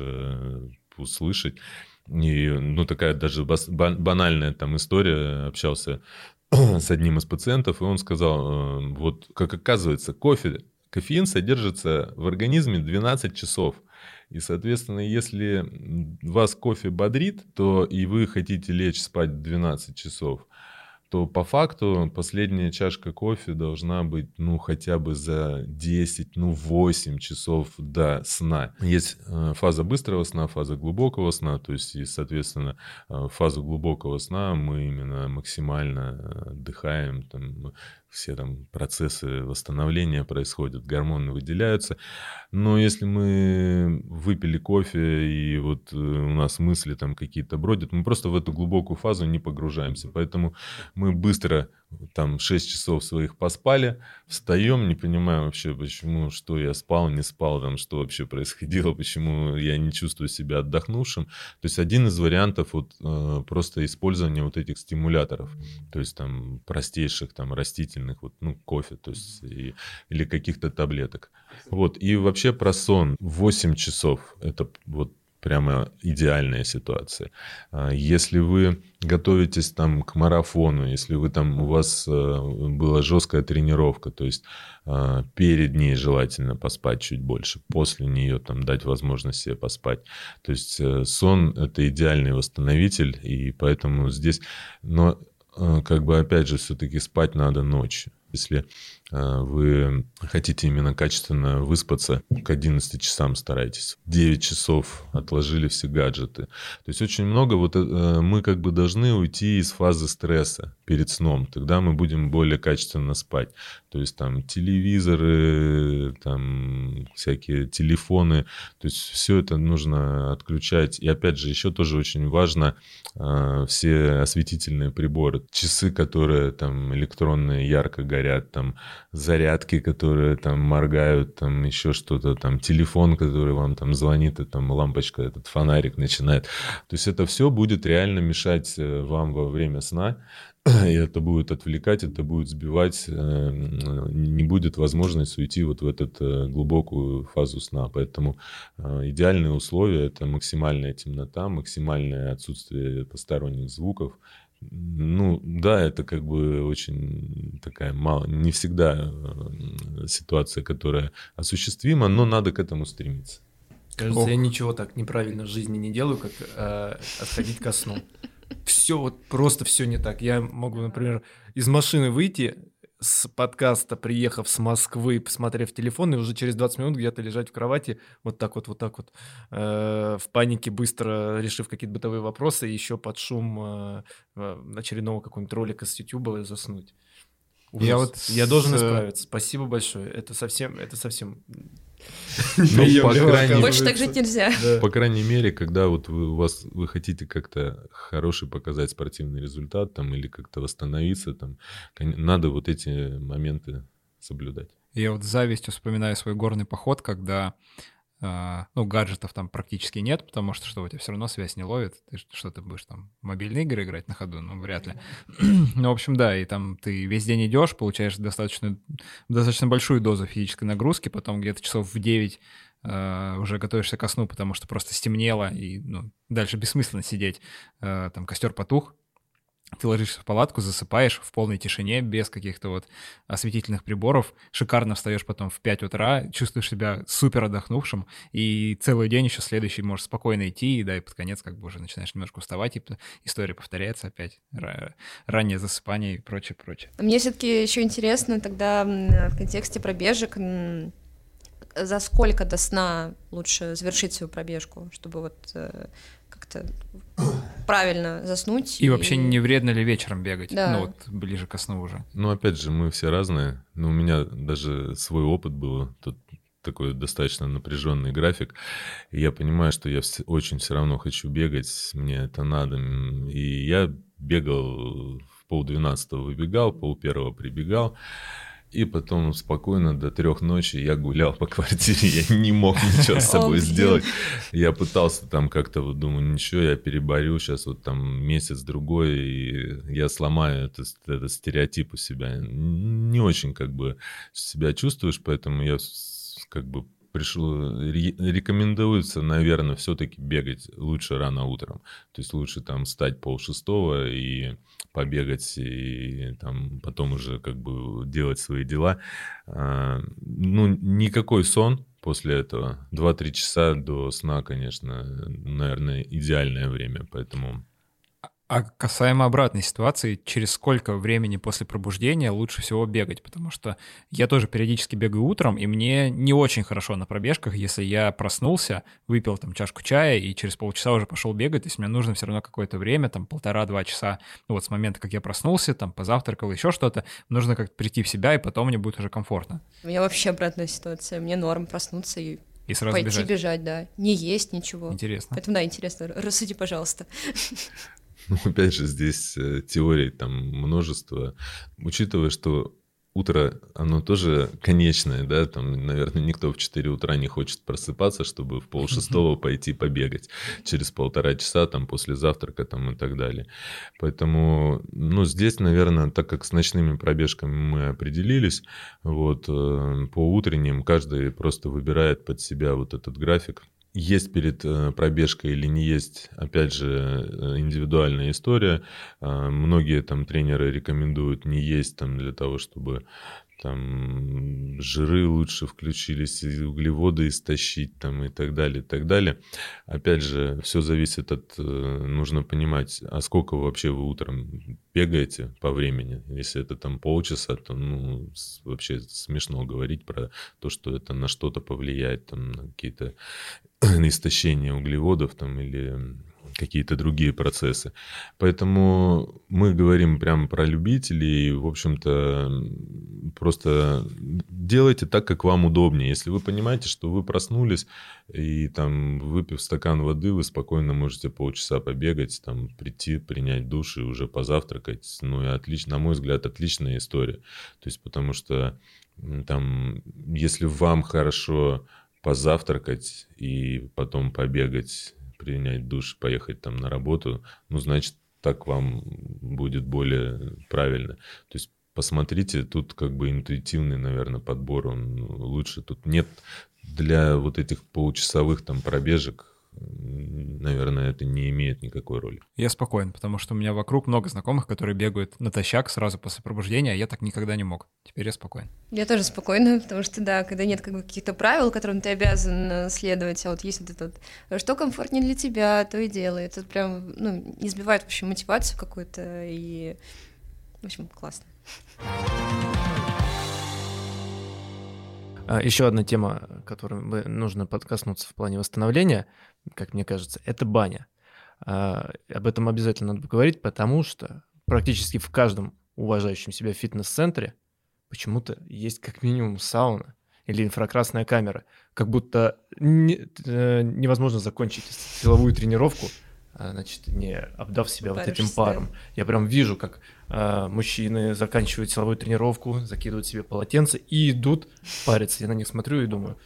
услышать. И, ну, такая даже банальная там история. Общался с одним из пациентов, и он сказал, вот как оказывается, кофе, кофеин содержится в организме двенадцать часов. И, соответственно, если вас кофе бодрит, то и вы хотите лечь спать двенадцать часов, то по факту последняя чашка кофе должна быть, ну, хотя бы за десять, ну, восемь часов до сна. Есть фаза быстрого сна, фаза глубокого сна, то есть, и, соответственно, фазу глубокого сна мы именно максимально отдыхаем, там, все там процессы восстановления происходят, гормоны выделяются. Но если мы выпили кофе и вот у нас мысли там какие-то бродят, мы просто в эту глубокую фазу не погружаемся. Поэтому мы быстро там шесть часов своих поспали, встаем, не понимаем вообще, почему, что я спал, не спал, там, что вообще происходило, почему я не чувствую себя отдохнувшим. То есть один из вариантов вот э, просто использования вот этих стимуляторов, то есть там простейших там растительных, вот, ну, кофе, то есть и, или каких-то таблеток. Вот, и вообще про сон. восемь часов, это вот прямо идеальная ситуация. Если вы готовитесь там к марафону, если вы там, у вас была жесткая тренировка, то есть перед ней желательно поспать чуть больше, после нее там дать возможность себе поспать. То есть сон – это идеальный восстановитель, и поэтому здесь, но как бы опять же все-таки спать надо ночью. Если вы хотите именно качественно выспаться, к одиннадцати часам старайтесь. девять часов отложили все гаджеты. То есть очень много, вот мы как бы должны уйти из фазы стресса перед сном. Тогда мы будем более качественно спать. То есть там телевизоры, там всякие телефоны. То есть все это нужно отключать. И опять же, еще тоже очень важно все осветительные приборы. Часы, которые там электронные ярко горят, там зарядки, которые там моргают, там еще что-то, там телефон, который вам там звонит, и там лампочка, этот фонарик начинает. То есть это все будет реально мешать вам во время сна, и это будет отвлекать, это будет сбивать, не будет возможности уйти вот в эту глубокую фазу сна. Поэтому идеальные условия – это максимальная темнота, максимальное отсутствие посторонних звуков. Ну, да, это как бы очень такая мало, не всегда ситуация, которая осуществима, но надо к этому стремиться. Кажется, Ох. я ничего так неправильно в жизни не делаю, как э, отходить ко сну. Все вот просто все не так. Я могу, например, из машины выйти с подкаста, приехав с Москвы, посмотрев телефон, и уже через двадцать минут где-то лежать в кровати, вот так вот, вот так вот, э, в панике, быстро решив какие-то бытовые вопросы, и еще под шум э, очередного какого-нибудь ролика с Ютуба заснуть. Ужас. Я, вот я с... должен исправиться. Спасибо большое. Это совсем... Это совсем... Ну, по крайней... Больше так жить нельзя. Да. По крайней мере, когда вот вы, у вас, вы хотите как-то хороший показать спортивный результат там, или как-то восстановиться, там, надо вот эти моменты соблюдать. Я вот с завистью вспоминаю свой горный поход, когда Uh, ну, гаджетов там практически нет, потому что что, у тебя все равно связь не ловит. Ты что, ты будешь там в мобильные игры играть на ходу? Ну, вряд ли. Ну, в общем, да, и там ты весь день идешь, получаешь достаточно, достаточно большую дозу физической нагрузки, потом где-то часов в девять uh, уже готовишься ко сну, потому что просто стемнело, и ну, дальше бессмысленно сидеть. Uh, там костер потух, ты ложишься в палатку, засыпаешь в полной тишине, без каких-то вот осветительных приборов, шикарно встаешь потом в пять утра, чувствуешь себя супер отдохнувшим, и целый день еще следующий можешь спокойно идти, и да, и под конец как бы уже начинаешь немножко уставать, и история повторяется опять, раннее засыпание и прочее, прочее. Мне все-таки еще интересно тогда в контексте пробежек, за сколько до сна лучше завершить свою пробежку, чтобы вот как-то правильно заснуть. И, и вообще не вредно ли вечером бегать? Да. Ну вот ближе ко сну уже. Ну опять же, мы все разные. Но у меня даже свой опыт был. Тут такой достаточно напряженный график. И я понимаю, что я очень все равно хочу бегать. Мне это надо. И я бегал в полдвенадцатого выбегал, полпервого прибегал. И потом спокойно до трех ночи я гулял по квартире, я не мог ничего с собой сделать. Я пытался там как-то, вот думаю, ничего, я переборю сейчас вот там месяц-другой, и я сломаю этот, этот стереотип у себя. Не очень как бы себя чувствуешь, поэтому я как бы пришло, рекомендуется, наверное, все-таки бегать лучше рано утром. То есть лучше там встать полшестого и побегать, и там потом уже как бы делать свои дела. Ну, никакой сон после этого. два-три часа до сна, конечно, наверное, идеальное время, поэтому... А касаемо обратной ситуации, через сколько времени после пробуждения лучше всего бегать? Потому что я тоже периодически бегаю утром, и мне не очень хорошо на пробежках, если я проснулся, выпил там чашку чая и через полчаса уже пошел бегать, то есть мне нужно все равно какое-то время, там полтора-два часа, ну вот с момента, как я проснулся, там позавтракал, еще что-то, нужно как-то прийти в себя, и потом мне будет уже комфортно. У меня вообще обратная ситуация, мне норм проснуться и... И сразу пойти бежать. бежать, да. Не есть ничего. Интересно. Поэтому, да, интересно. Рассуди, пожалуйста. Ну, опять же, здесь теорий там множество. Учитывая, что утро, оно тоже конечное, да, там, наверное, никто в четыре утра не хочет просыпаться, чтобы в полшестого пойти побегать через полтора часа, там, после завтрака, там, и так далее. Поэтому, ну, здесь, наверное, так как с ночными пробежками мы определились, вот, по утренним каждый просто выбирает под себя вот этот график. Есть перед пробежкой или не есть, опять же, индивидуальная история. Многие там тренеры рекомендуют не есть там для того, чтобы там жиры лучше включились, и углеводы истощить там и так далее, и так далее. Опять же, все зависит от, нужно понимать, а сколько вообще вы утром бегаете по времени. Если это там полчаса, то ну, вообще смешно говорить про то, что это на что-то повлияет, там, на какие-то истощения углеводов там или какие-то другие процессы. Поэтому мы говорим прямо про любителей. В общем-то, просто делайте так, как вам удобнее. Если вы понимаете, что вы проснулись и там, выпив стакан воды, вы спокойно можете полчаса побегать, там, прийти, принять душ и уже позавтракать. Ну и отлично, на мой взгляд, отличная история. То есть, потому что там, если вам хорошо позавтракать и потом побегать, принять душ, поехать там на работу, ну, значит, так вам будет более правильно. То есть посмотрите, тут как бы интуитивный, наверное, подбор, он лучше. Тут нет для вот этих получасовых там пробежек, наверное, это не имеет никакой роли. Я спокоен, потому что у меня вокруг много знакомых, которые бегают натощак сразу после пробуждения, а я так никогда не мог. Теперь я спокоен. Я тоже спокойна, потому что, да, когда нет как бы каких-то правил, которым ты обязан следовать, а вот есть вот это вот, что комфортнее для тебя, то и делай. Это прям, ну, не сбивает, в общем, мотивацию какую-то, и, в общем, классно. Еще одна тема, которой нужно подкоснуться в плане восстановления, как мне кажется, это баня. Об этом обязательно надо поговорить, потому что практически в каждом уважающем себя фитнес-центре почему-то есть как минимум сауна или инфракрасная камера. Как будто не, невозможно закончить силовую тренировку, значит, не обдав себя вот этим паром. Я прям вижу, как э, мужчины заканчивают силовую тренировку, закидывают себе полотенце и идут париться. Я на них смотрю и думаю,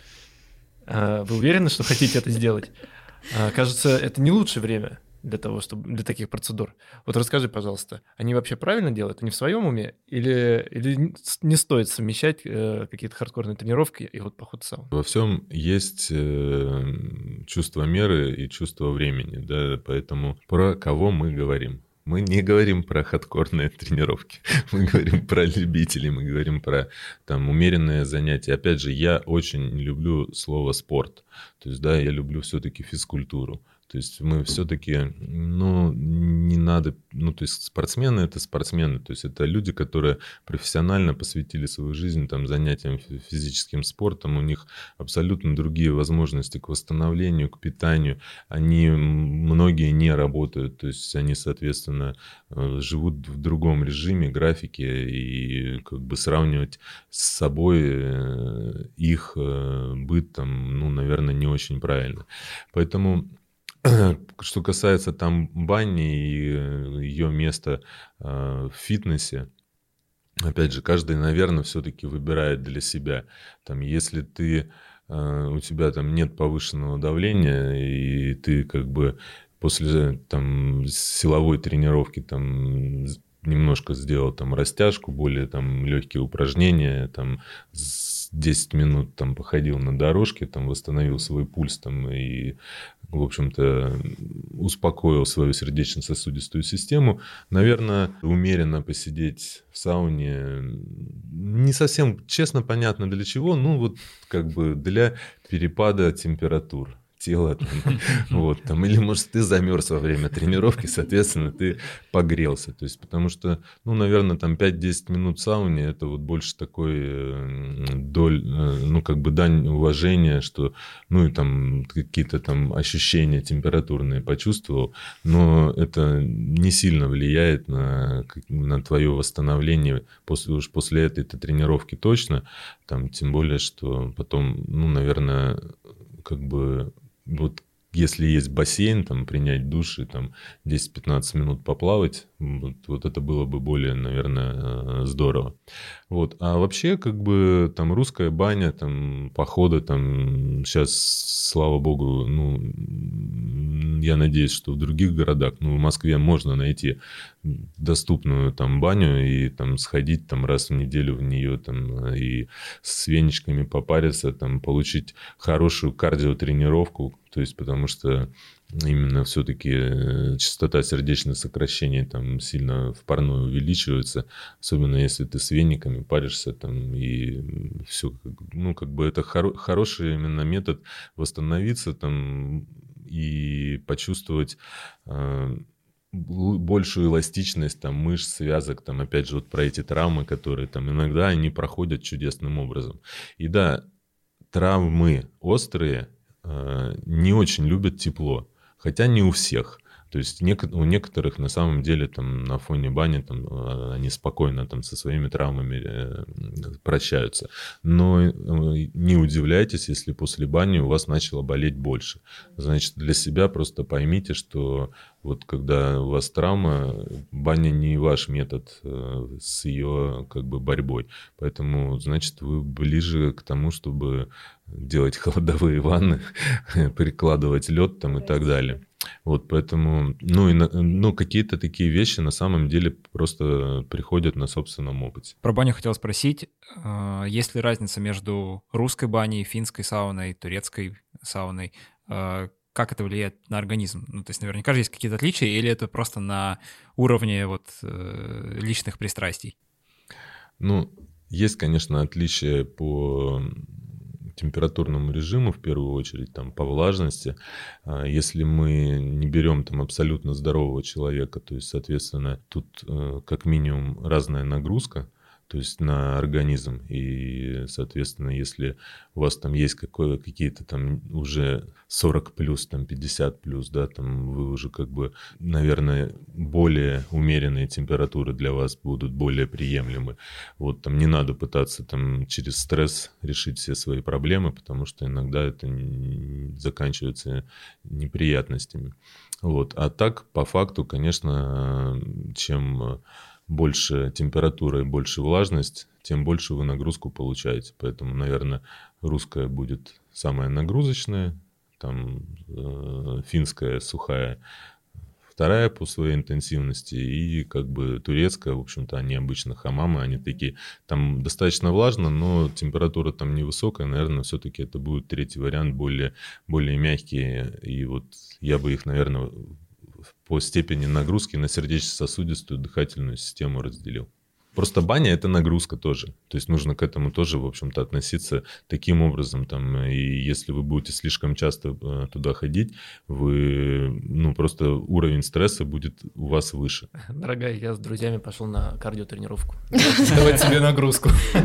э, вы уверены, что хотите это сделать? Э, кажется, это не лучшее время для того, чтобы для таких процедур. Вот расскажи, пожалуйста, они вообще правильно делают? Они в своем уме? Или, или не стоит совмещать э, какие-то хардкорные тренировки и вот поход в сауну? Во всем есть э, чувство меры и чувство времени, да, поэтому про кого мы говорим? Мы не говорим про хардкорные тренировки, мы говорим про любителей, мы говорим про там умеренные занятия. Опять же, я очень не люблю слово спорт, то есть, да, я люблю все-таки физкультуру. То есть мы все-таки, ну, не надо, ну, то есть спортсмены – это спортсмены, то есть это люди, которые профессионально посвятили свою жизнь там, занятиям физическим спортом, у них абсолютно другие возможности к восстановлению, к питанию, они, многие не работают, то есть они, соответственно, живут в другом режиме, графике, и как бы сравнивать с собой их быт там, ну, наверное, не очень правильно. Поэтому... Что касается там бани и ее места э, в фитнесе, опять же, каждый, наверное, все-таки выбирает для себя. Там, если ты, э, у тебя там нет повышенного давления, и ты как бы после там, силовой тренировки там, немножко сделал там, растяжку, более там, легкие упражнения, там, десять минут там походил на дорожке, там восстановил свой пульс там и, в общем-то, успокоил свою сердечно-сосудистую систему. Наверное, умеренно посидеть в сауне не совсем честно понятно для чего, ну вот как бы для перепада температур тела, там, вот, там, или, может, ты замерз во время тренировки, соответственно, ты погрелся, то есть, потому что, ну, наверное, там пять-десять минут в сауне, это вот больше такой доль, ну, как бы дань уважения, что, ну, и там какие-то там ощущения температурные почувствовал, но это не сильно влияет на, на твое восстановление после, уж после этой-то тренировки точно, там, тем более, что потом, ну, наверное, как бы вот если есть бассейн, там, принять душ и там десять-пятнадцать минут поплавать, вот, вот это было бы более, наверное, здорово. Вот. А вообще, как бы, там, русская баня, там, походы, там, сейчас, слава богу, ну, я надеюсь, что в других городах, ну, в Москве можно найти доступную, там, баню и, там, сходить, там, раз в неделю в нее, там, и с веничками попариться, там, получить хорошую кардиотренировку, то есть, потому что именно все-таки частота сердечных сокращений там сильно в парной увеличивается, особенно если ты с вениками паришься там и все, ну как бы это хоро- хороший именно метод восстановиться там и почувствовать э, большую эластичность там мышц, связок, там опять же вот про эти травмы, которые там иногда они проходят чудесным образом. И да, травмы острые не очень любят тепло, хотя не у всех. То есть у некоторых на самом деле там на фоне бани там, они спокойно там со своими травмами прощаются. Но не удивляйтесь, если после бани у вас начало болеть больше. Значит, для себя просто поймите, что вот когда у вас травма, баня не ваш метод с ее как бы борьбой. Поэтому, значит, вы ближе к тому, чтобы делать холодовые ванны, прикладывать лед там и так далее. Вот, поэтому, ну, и, ну, какие-то такие вещи на самом деле просто приходят на собственном опыте. Про баню хотел спросить, есть ли разница между русской баней, финской сауной, турецкой сауной? Как это влияет на организм? Ну, то есть наверняка же есть какие-то отличия, или это просто на уровне вот личных пристрастий? Ну, есть, конечно, отличия по температурному режиму, в первую очередь, там, по влажности. Если мы не берем там абсолютно здорового человека, то есть, соответственно, тут как минимум разная нагрузка, то есть на организм. И, соответственно, если у вас там есть какое, какие-то там уже сорок плюс, там пятьдесят плюс, да, там вы уже как бы, наверное, более умеренные температуры для вас будут более приемлемы. Вот там не надо пытаться там через стресс решить все свои проблемы, потому что иногда это заканчивается неприятностями. Вот. А так, по факту, конечно, чем больше температура и больше влажность, тем больше вы нагрузку получаете. Поэтому, наверное, русская будет самая нагрузочная, там э, финская сухая вторая по своей интенсивности, и как бы турецкая, в общем-то, они обычно хамамы, они такие, там достаточно влажно, но температура там невысокая, наверное, все-таки это будет третий вариант, более, более мягкие, и вот я бы их, наверное, по степени нагрузки на сердечно-сосудистую дыхательную систему разделил. Просто баня – это нагрузка тоже. То есть нужно к этому тоже, в общем-то, относиться таким образом. Там, и если вы будете слишком часто туда ходить, вы, ну, просто уровень стресса будет у вас выше. Дорогая, я с друзьями пошел на кардиотренировку. Давай тебе нагрузку.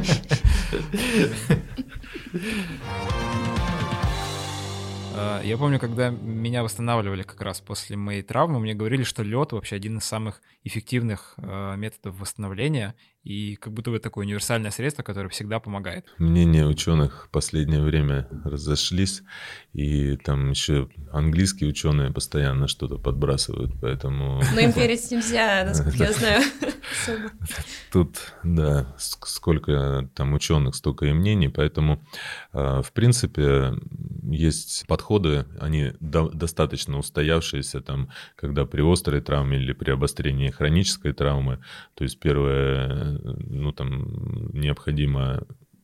Я помню, когда меня восстанавливали как раз после моей травмы, мне говорили, что лед вообще один из самых эффективных методов восстановления и как будто бы такое универсальное средство, которое всегда помогает. Мнения ученых в последнее время разошлись, и там еще английские ученые постоянно что-то подбрасывают, поэтому... Но им верить нельзя, насколько я знаю. Тут, да, сколько там ученых, столько и мнений, поэтому, в принципе, есть подходы, они достаточно устоявшиеся, там, когда при острой травме или при обострении хронической травмы, то есть первое, ну, там, необходимо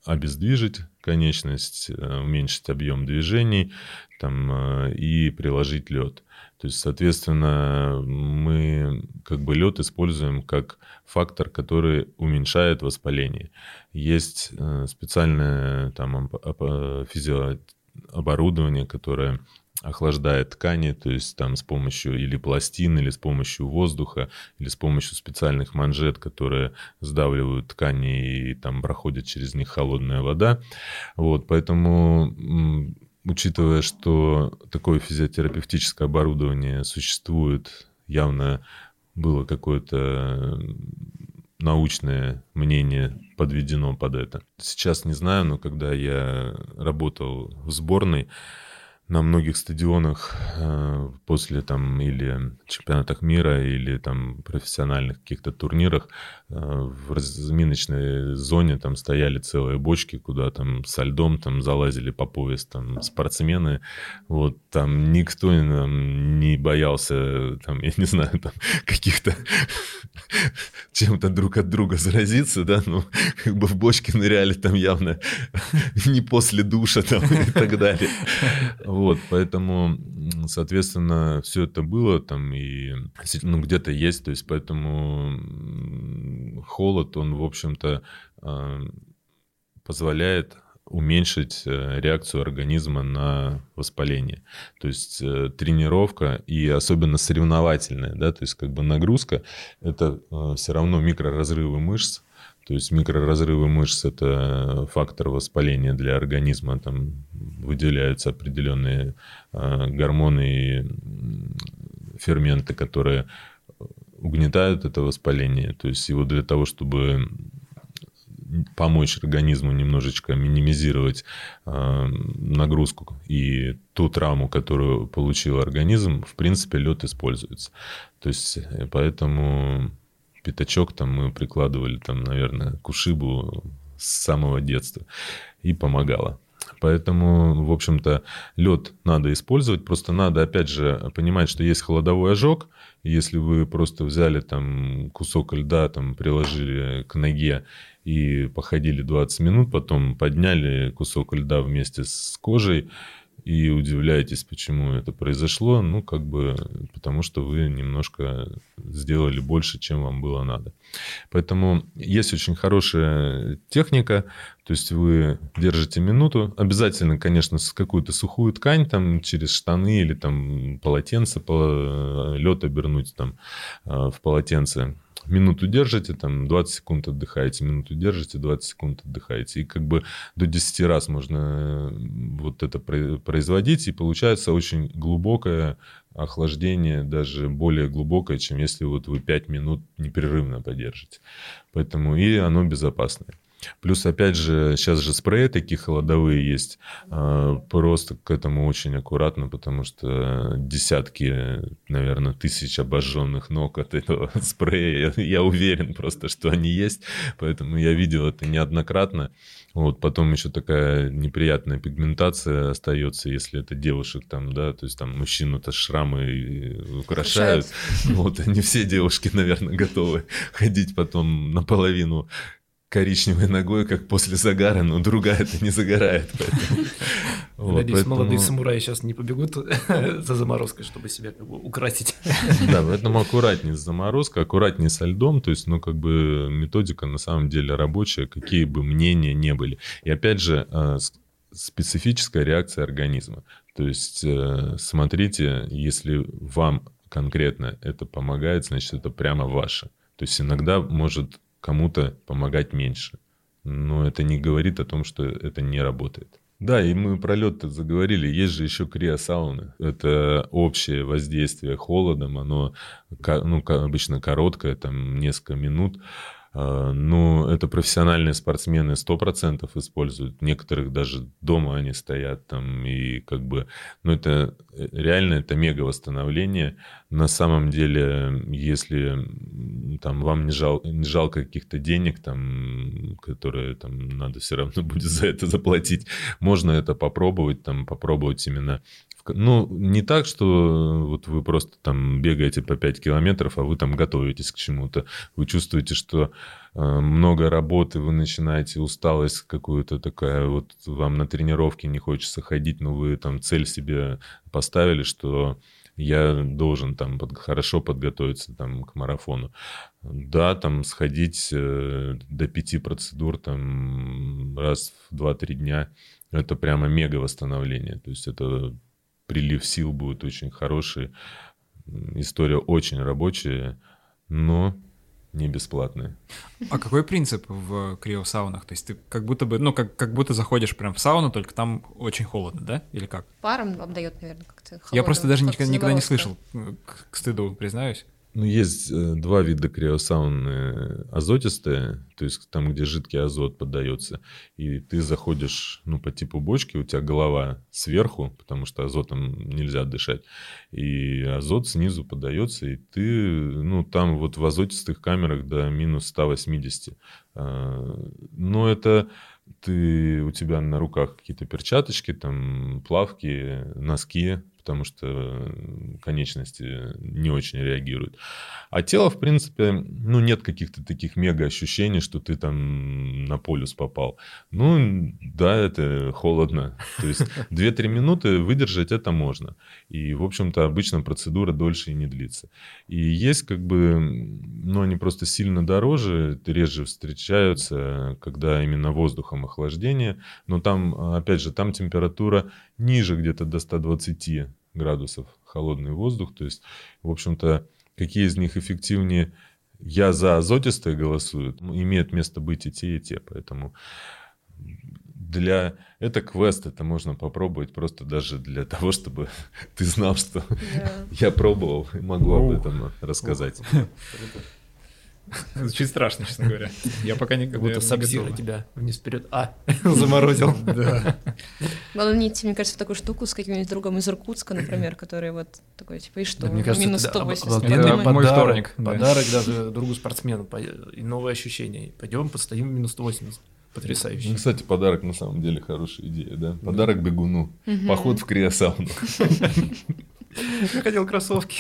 обездвижить конечность, уменьшить объем движений там, и приложить лед. То есть, соответственно, мы как бы лед используем как фактор, который уменьшает воспаление. Есть специальное там физиооборудование, которое охлаждает ткани, то есть там с помощью или пластин, или с помощью воздуха, или с помощью специальных манжет, которые сдавливают ткани и там проходит через них холодная вода. Вот, поэтому, учитывая, что такое физиотерапевтическое оборудование существует, явно было какое-то научное мнение подведено под это. Сейчас не знаю, но когда я работал в сборной, на многих стадионах э, после там или чемпионатах мира, или там профессиональных каких-то турнирах э, в разминочной зоне там стояли целые бочки, куда там со льдом там залазили по пояс там спортсмены. Вот там никто там, не боялся, там, я не знаю, там каких-то чем-то друг от друга заразиться, да, ну, как бы в бочке ныряли там явно не после душа там и так далее. Вот, поэтому, соответственно, все это было там и, ну, где-то есть, то есть поэтому холод, он, в общем-то, позволяет уменьшить реакцию организма на воспаление. То есть тренировка и особенно соревновательная, да, то есть как бы нагрузка, это все равно микроразрывы мышц. То есть микроразрывы мышц – это фактор воспаления для организма. Там выделяются определенные гормоны и ферменты, которые угнетают это воспаление. То есть его для того, чтобы помочь организму немножечко минимизировать нагрузку и ту травму, которую получил организм, в принципе, лед используется. То есть поэтому пятачок там мы прикладывали, там, наверное, к ушибу с самого детства и помогало. Поэтому, в общем-то, лед надо использовать. Просто надо, опять же, понимать, что есть холодовой ожог. Если вы просто взяли там кусок льда, там, приложили к ноге и походили двадцать минут, потом подняли кусок льда вместе с кожей, и удивляетесь, почему это произошло, ну, как бы, потому что вы немножко сделали больше, чем вам было надо. Поэтому есть очень хорошая техника, то есть вы держите минуту, обязательно, конечно, с какую-то сухую ткань, там, через штаны или там полотенце, лед обернуть там в полотенце. Минуту держите, там двадцать секунд отдыхаете, минуту держите, двадцать секунд отдыхаете. И как бы до десяти раз можно вот это производить, и получается очень глубокое охлаждение, даже более глубокое, чем если вот вы пять минут непрерывно подержите. Поэтому и оно безопасное. Плюс, опять же, сейчас же спреи такие холодовые есть. Просто к этому очень аккуратно, потому что десятки, наверное, тысяч обожженных ног от этого спрея. Я уверен просто, что они есть. Поэтому я видел это неоднократно. Вот, потом еще такая неприятная пигментация остается, если это девушек там, да, то есть там мужчину-то шрамы украшают. Вот, не все девушки, наверное, готовы ходить потом наполовину коричневой ногой, как после загара, но другая-то не загорает. Поэтому... Вот, надеюсь, поэтому... молодые самураи сейчас не побегут за заморозкой, чтобы себя как бы украсить. Да, поэтому аккуратнее с заморозкой, аккуратнее со льдом, то есть, ну, как бы методика на самом деле рабочая, какие бы мнения не были. И опять же, специфическая реакция организма. То есть, смотрите, если вам конкретно это помогает, значит, это прямо ваше. То есть, иногда может кому-то помогать меньше. Но это не говорит о том, что это не работает. Да, и мы про лед-то заговорили. Есть же еще криосауны. Это общее воздействие холодом. Оно, ну, обычно короткое, там несколько минут. Но это профессиональные спортсмены сто процентов используют. Некоторых даже дома они стоят там. И как бы, ну, это реально это мега восстановление. На самом деле, если там вам не, жал, не жалко каких-то денег, там, которые там надо все равно будет за это заплатить, можно это попробовать, там, попробовать именно в Ну, не так, что вот вы просто там бегаете по пять километров, а вы там готовитесь к чему-то. Вы чувствуете, что э, много работы, вы начинаете усталость какую-то такая, вот вам на тренировке не хочется ходить, но вы там цель себе поставили, что я должен там под, хорошо подготовиться там к марафону. Да, там сходить э, до пяти процедур там раз в два-три дня, это прямо мега восстановление. То есть это прилив сил будет очень хороший. История очень рабочая, но не бесплатная. А какой принцип в криосаунах? То есть ты как будто бы, ну, как, как будто заходишь прям в сауну, только там очень холодно, да? Или как? Паром обдает, наверное, как-то холодно. Я просто даже никогда, никогда не слышал, к, к стыду, признаюсь. Ну, есть два вида криосауны. Азотистые, то есть там, где жидкий азот поддается, и ты заходишь, ну, по типу бочки, у тебя голова сверху, потому что азотом нельзя дышать, и азот снизу поддается, и ты, ну, там вот в азотистых камерах до минус ста восьмидесяти. Но это ты, у тебя на руках какие-то перчаточки, там, плавки, носки, потому что конечности не очень реагируют. А тело, в принципе, ну, нет каких-то таких мега ощущений, что ты там на полюс попал. Ну, да, это холодно. То есть две-три минуты выдержать это можно. И, в общем-то, обычно процедура дольше и не длится. И есть как бы, ну, они просто сильно дороже, реже встречаются, когда именно воздухом охлаждение. Но там, опять же, там температура ниже где-то до ста двадцати градусов холодный воздух. То есть, в общем-то, какие из них эффективнее? Я за азотистые голосую. Имеет место быть и те, и те. Поэтому для... Это квест, это можно попробовать просто даже для того, чтобы ты знал, что yeah. я пробовал и могу oh. об этом рассказать. Oh. Звучит страшно, честно говоря. Я пока не готов. Вот сабзиро тебя вниз-вперед. А, заморозил. Да. Главное, не идти, мне кажется, в такую штуку с каким-нибудь другом из Иркутска, например, который вот такой, типа, и что? Минус сто восемьдесят. Мой вторник. Подарок даже другу-спортсмену. И новые ощущения. Пойдем постоим минус сто восемьдесят. Потрясающе. Ну, кстати, подарок на самом деле хорошая идея, да? Подарок бегуну. Поход в криосауну. Я хотел кроссовки.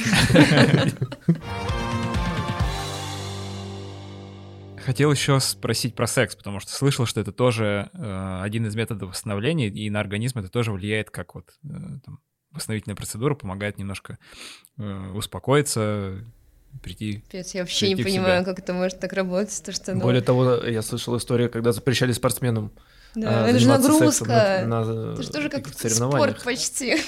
Хотел еще спросить про секс, потому что слышал, что это тоже э, один из методов восстановления, и на организм это тоже влияет, как вот э, там, восстановительная процедура помогает немножко э, успокоиться, прийти. Пец, я вообще не понимаю, как это может так работать. То, что, ну... Более того, я слышал историю, когда запрещали спортсменам. Да, а, это же нагрузка. На, на это же тоже как спорт почти.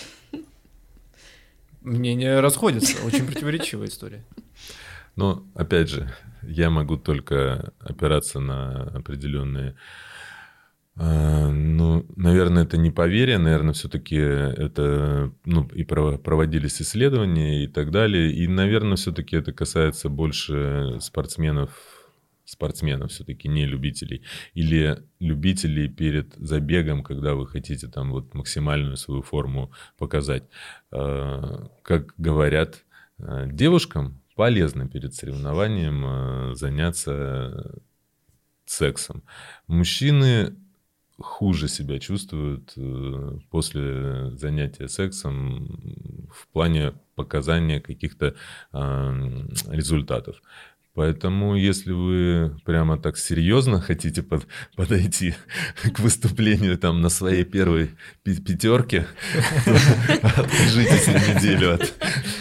Мнения расходятся, очень противоречивая история. Но, опять же, я могу только опираться на определенные... Э, ну, наверное, это не поверье, наверное, все-таки это... Ну, и проводились исследования и так далее. И, наверное, все-таки это касается больше спортсменов, спортсменов все-таки, не любителей. Или любителей перед забегом, когда вы хотите там вот максимальную свою форму показать. Э, как говорят девушкам, полезно перед соревнованием заняться сексом. Мужчины хуже себя чувствуют после занятия сексом в плане показания каких-то результатов. Поэтому, если вы прямо так серьезно хотите под, подойти к выступлению там на своей первой пятерке, откажитесь на неделю от...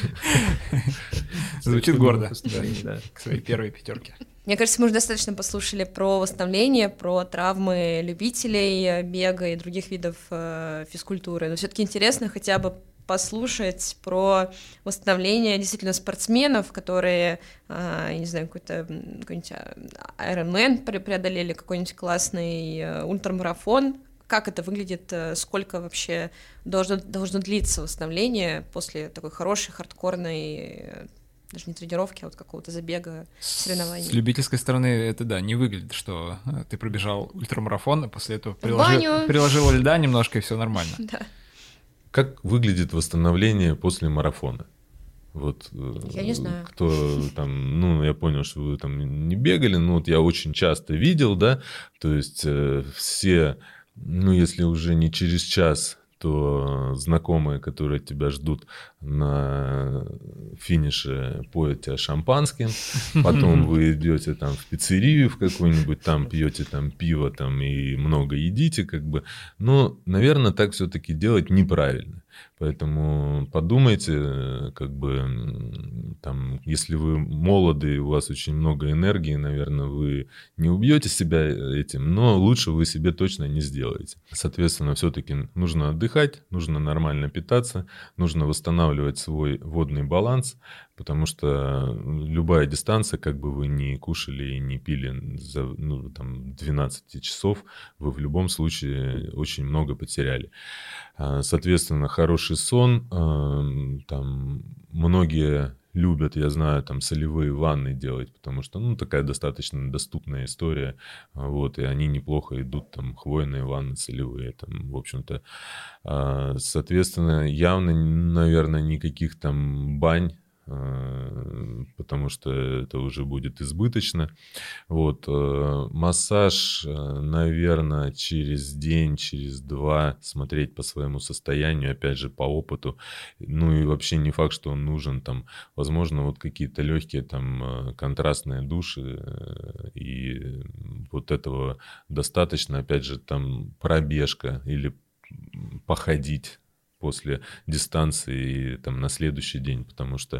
Звучит гордо, да, к своей первой пятерке. Мне кажется, мы уже достаточно послушали про восстановление, про травмы любителей бега и других видов э, физкультуры. Но все-таки интересно хотя бы послушать про восстановление действительно спортсменов, которые, э, я не знаю, какой-то какой-нибудь Ironman преодолели, какой-нибудь классный э, ультрамарафон. Как это выглядит, сколько вообще должно, должно длиться восстановление после такой хорошей, хардкорной, даже не тренировки, а вот какого-то забега, соревнований? С любительской стороны это, да, не выглядит, что ты пробежал ультрамарафон, а после этого приложил, приложил льда немножко, и все нормально. Да. Как выглядит восстановление после марафона? Вот, я не знаю. Кто там, ну, я понял, что вы там не бегали, но вот я очень часто видел, да, то есть э, все... Ну, если уже не через час то знакомые, которые тебя ждут на финише, поют тебя шампанским, потом вы идете там в пиццерию в какую-нибудь, там пьете там пиво там и много едите, как бы. Но, наверное, так все-таки делать неправильно. Поэтому подумайте, как бы, там, если вы молоды, у вас очень много энергии, наверное, вы не убьете себя этим, но лучше вы себе точно не сделаете. Соответственно, все-таки нужно отдыхать, нужно нормально питаться, нужно восстанавливать свой водный баланс, потому что любая дистанция, как бы вы ни кушали и не пили за ну, там, двенадцать часов, вы в любом случае очень много потеряли. Соответственно, хороший сон, там многие любят, я знаю, там солевые ванны делать, потому что, ну, такая достаточно доступная история, вот, и они неплохо идут, там, хвойные ванны солевые, там, в общем-то. Соответственно, явно, наверное, никаких там бань, потому что это уже будет избыточно. Вот. Массаж, наверное, через день, через два смотреть по своему состоянию, опять же, по опыту. Ну и вообще не факт, что он нужен. Там, возможно, вот какие-то легкие там контрастные души, и вот этого достаточно. Опять же, там пробежка или походить после дистанции там, на следующий день, потому что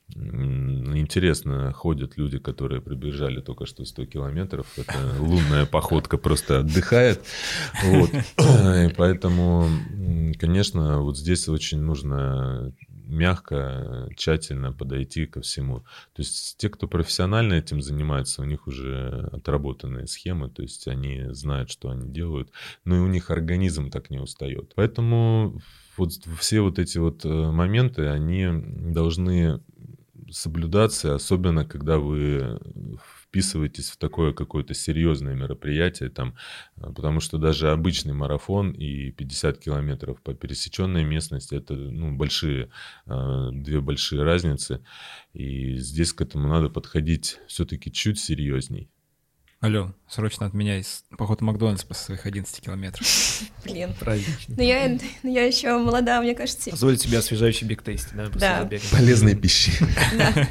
интересно, ходят люди, которые пробежали только что сто километров, это лунная походка просто отдыхает, вот. И поэтому, конечно, вот здесь очень нужно мягко, тщательно подойти ко всему. То есть те, кто профессионально этим занимается, у них уже отработанные схемы, то есть они знают, что они делают, но и у них организм так не устает. Поэтому вот все вот эти вот моменты, они должны соблюдаться, особенно когда вы вписываетесь в такое какое-то серьезное мероприятие, там, потому что даже обычный марафон и пятьдесят километров по пересеченной местности — это ну, большие, две большие разницы, и здесь к этому надо подходить все-таки чуть серьезней. Алло, срочно отменяй поход в Макдональдс после своих одиннадцати километров. Блин. Празднично. Но я, но я еще молода, мне кажется. Позволить себе освежающий биг-тейст, да? Да. Полезной пищи. Да.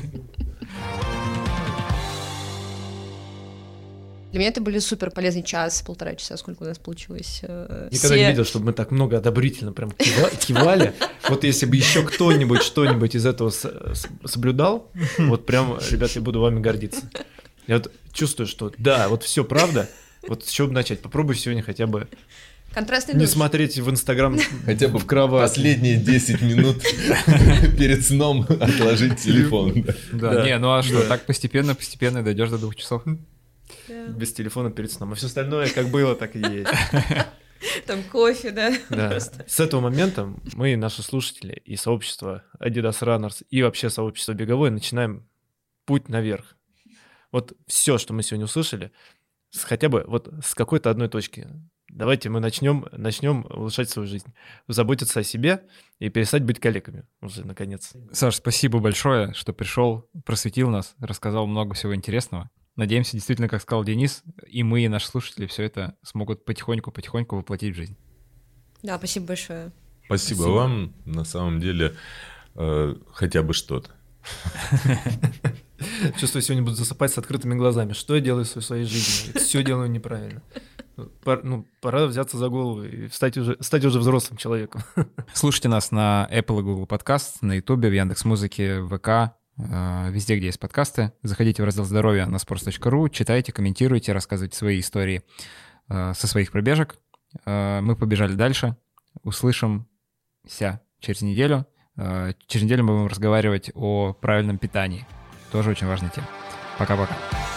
Для меня это были супер полезный час, полтора часа, сколько у нас получилось. Никогда Все... не видел, чтобы мы так много одобрительно прям кивали. Вот если бы еще кто-нибудь что-нибудь из этого соблюдал, вот прям, ребята, я буду вами гордиться. Я вот чувствую, что да, вот все правда. Вот с чего бы начать? Попробуй сегодня хотя бы Контрастный не душ. Смотреть в Инстаграм хотя бы в кровать. Последние десять минут перед сном отложить телефон. Да, не, ну а что, так постепенно-постепенно дойдешь до двух часов. Без телефона перед сном. А все остальное как было, так и есть. Там кофе, да? Да. С этого момента мы, наши слушатели и сообщество Adidas Runners, и вообще сообщество беговое, начинаем путь наверх. Вот все, что мы сегодня услышали, с, хотя бы вот с какой-то одной точки. Давайте мы начнем, начнем улучшать свою жизнь, заботиться о себе и перестать быть калеками уже, наконец. Саш, спасибо большое, что пришел, просветил нас, рассказал много всего интересного. Надеемся, действительно, как сказал Денис, и мы, и наши слушатели все это смогут потихоньку-потихоньку воплотить в жизнь. Да, спасибо большое. Спасибо, спасибо. Вам, на самом деле, э, хотя бы что-то. Чувствую, сегодня буду засыпать с открытыми глазами. Что я делаю в своей жизни? Все делаю неправильно. Пора, ну, пора взяться за голову и стать уже, стать уже взрослым человеком. Слушайте нас на Apple и Google Podcast, на YouTube, в Яндекс.Музыке, в ВК, везде, где есть подкасты. Заходите в раздел «Здоровье» на sports точка ру, читайте, комментируйте, рассказывайте свои истории со своих пробежек. Мы побежали дальше. Услышимся через неделю. Через неделю мы будем разговаривать о правильном питании. Тоже очень важная тема. Пока-пока.